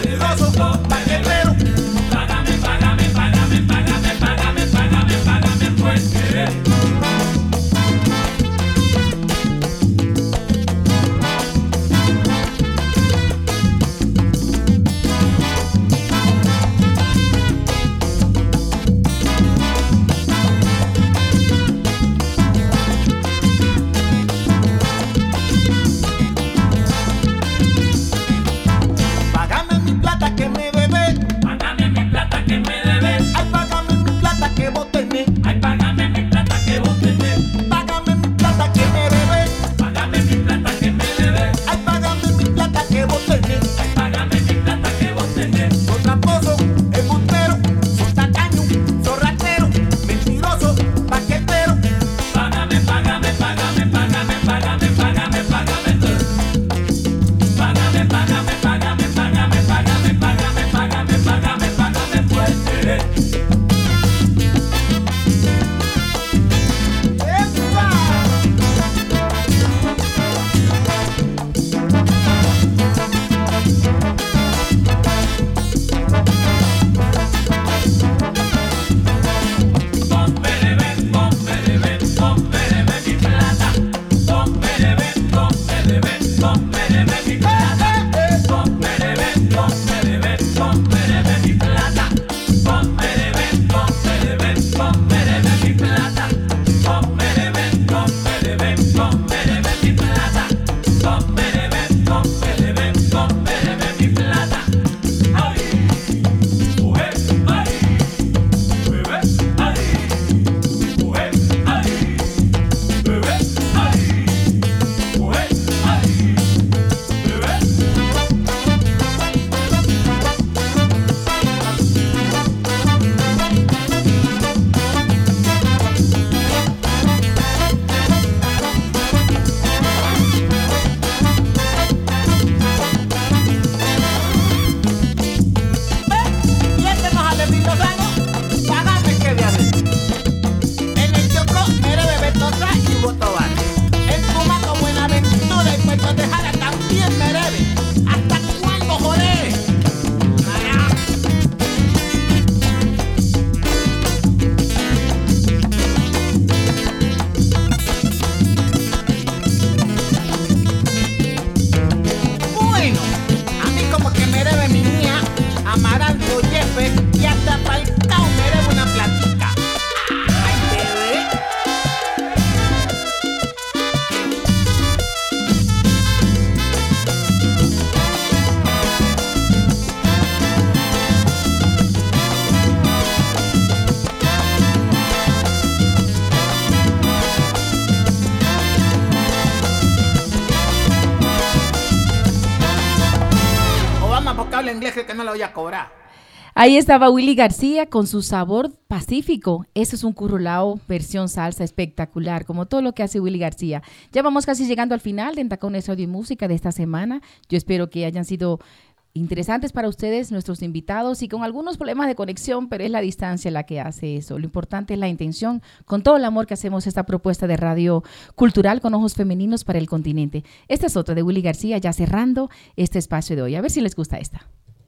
que habla inglés que no lo voy a cobrar. Ahí estaba Willy García con su sabor pacífico. Eso es un currulao versión salsa espectacular, como todo lo que hace Willy García. Ya vamos casi llegando al final de En Tacones Radio y Música de esta semana. Yo espero que hayan sido interesantes para ustedes, nuestros invitados, y con algunos problemas de conexión, pero es la distancia la que hace eso. Lo importante es la intención, con todo el amor que hacemos esta propuesta de radio cultural con ojos femeninos para el continente. Esta es otra de Willy García, ya cerrando este espacio de hoy. A ver si les gusta esta.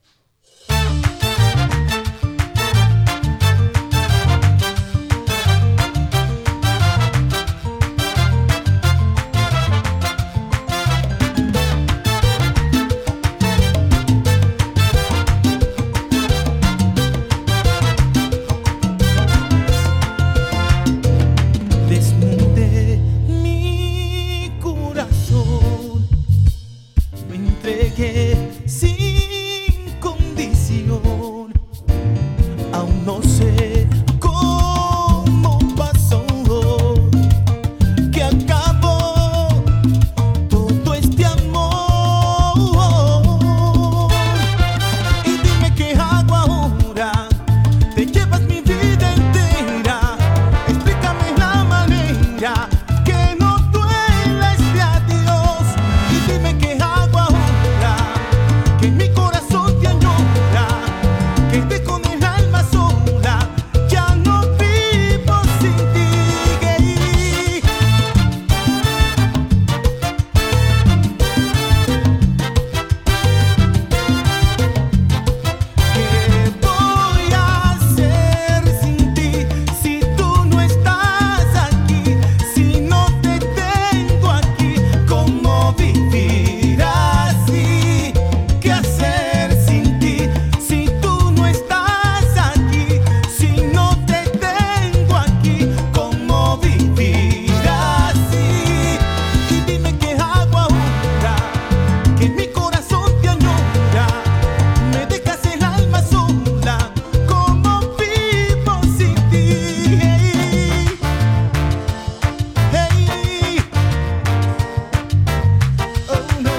Sin condición, aún no sé cómo pasó que acabó todo este amor. Y dime qué hago ahora, te llevas mi vida entera, explícame la manera que no duela este adiós. Y dime qué hago ahora, que mi corazón te añora, que esté con el alma sola, ya no vivo sin ti. ¿Qué voy a hacer sin ti si tú no estás aquí? Si no te tengo aquí, ¿cómo vivir así? ¿Qué hacer sin ti si tú no estás aquí? Si no te tengo aquí, ¿cómo vivir así? Y dime qué hago ahora, que mi corazón te añora, me dejas el alma sola, ¿cómo vivo sin ti? Hey, oh no.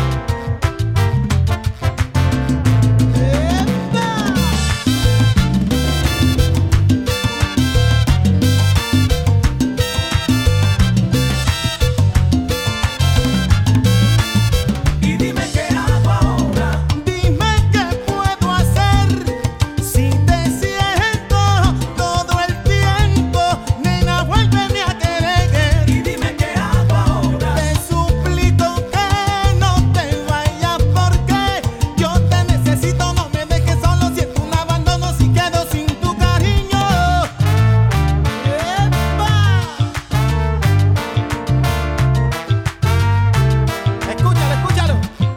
Y dime qué hago ahora, dime qué puedo hacer si te siento todo el tiempo, nena, vuélveme a querer. Y dime qué hago ahora, te suplico que no te vayas porque yo te necesito, no me dejes solo, siento un abandono si quedo sin tu cariño. Escúchalo, escúchalo.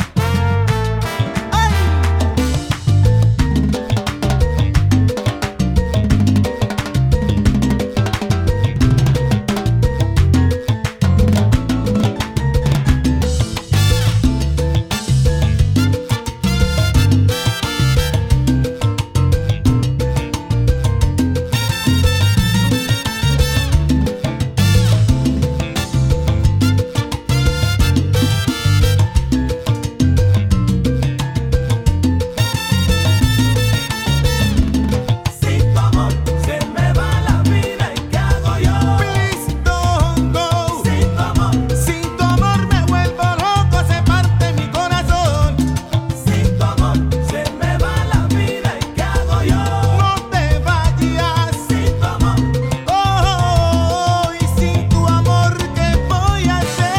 Sin tu amor se me va la vida y ¿qué hago yo? Please don't go. Sin tu amor me vuelvo loco, hace parte mi corazón. Sin tu amor se me va la vida y ¿qué hago yo? No te vayas. Sin tu amor, oh, y sin tu amor, ¿qué voy a hacer?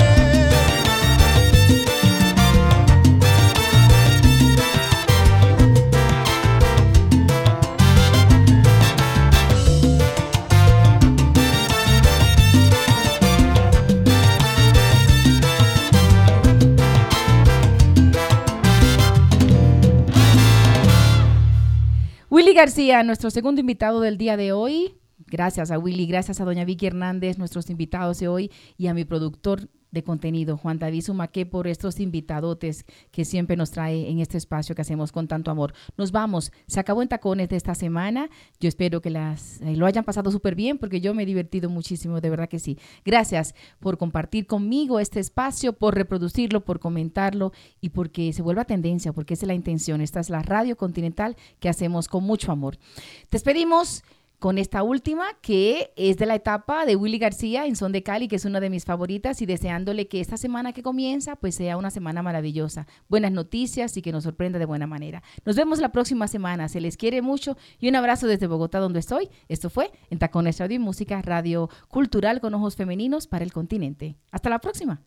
Willy García, nuestro segundo invitado del día de hoy. Gracias a Willy, gracias a doña Vicky Hernández, nuestros invitados de hoy, y a mi productor de contenido, Juan David Sumaqué, por estos invitadotes que siempre nos trae en este espacio que hacemos con tanto amor. Nos vamos, se acabó En Tacones de esta semana. Yo espero que lo hayan pasado súper bien, porque yo me he divertido muchísimo, de verdad que sí. Gracias por compartir conmigo este espacio, por reproducirlo, por comentarlo y porque se vuelva tendencia, porque esa es la intención. Esta es la Radio Continental que hacemos con mucho amor. Despedimos con esta última, que es de la etapa de Willy García en Son de Cali, que es una de mis favoritas, y deseándole que esta semana que comienza pues sea una semana maravillosa, buenas noticias y que nos sorprenda de buena manera. Nos vemos la próxima semana, se les quiere mucho y un abrazo desde Bogotá, donde estoy. Esto fue En Tacones Radio y Música, radio cultural con ojos femeninos para el continente. Hasta la próxima.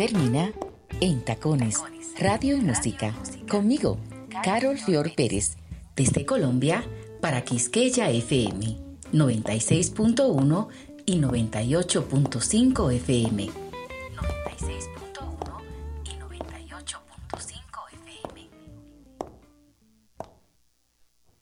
termina En Tacones, Radio y Música. Conmigo, Carol Fior Pérez, desde Colombia para Quisqueya FM 96.1 y 98.5 FM.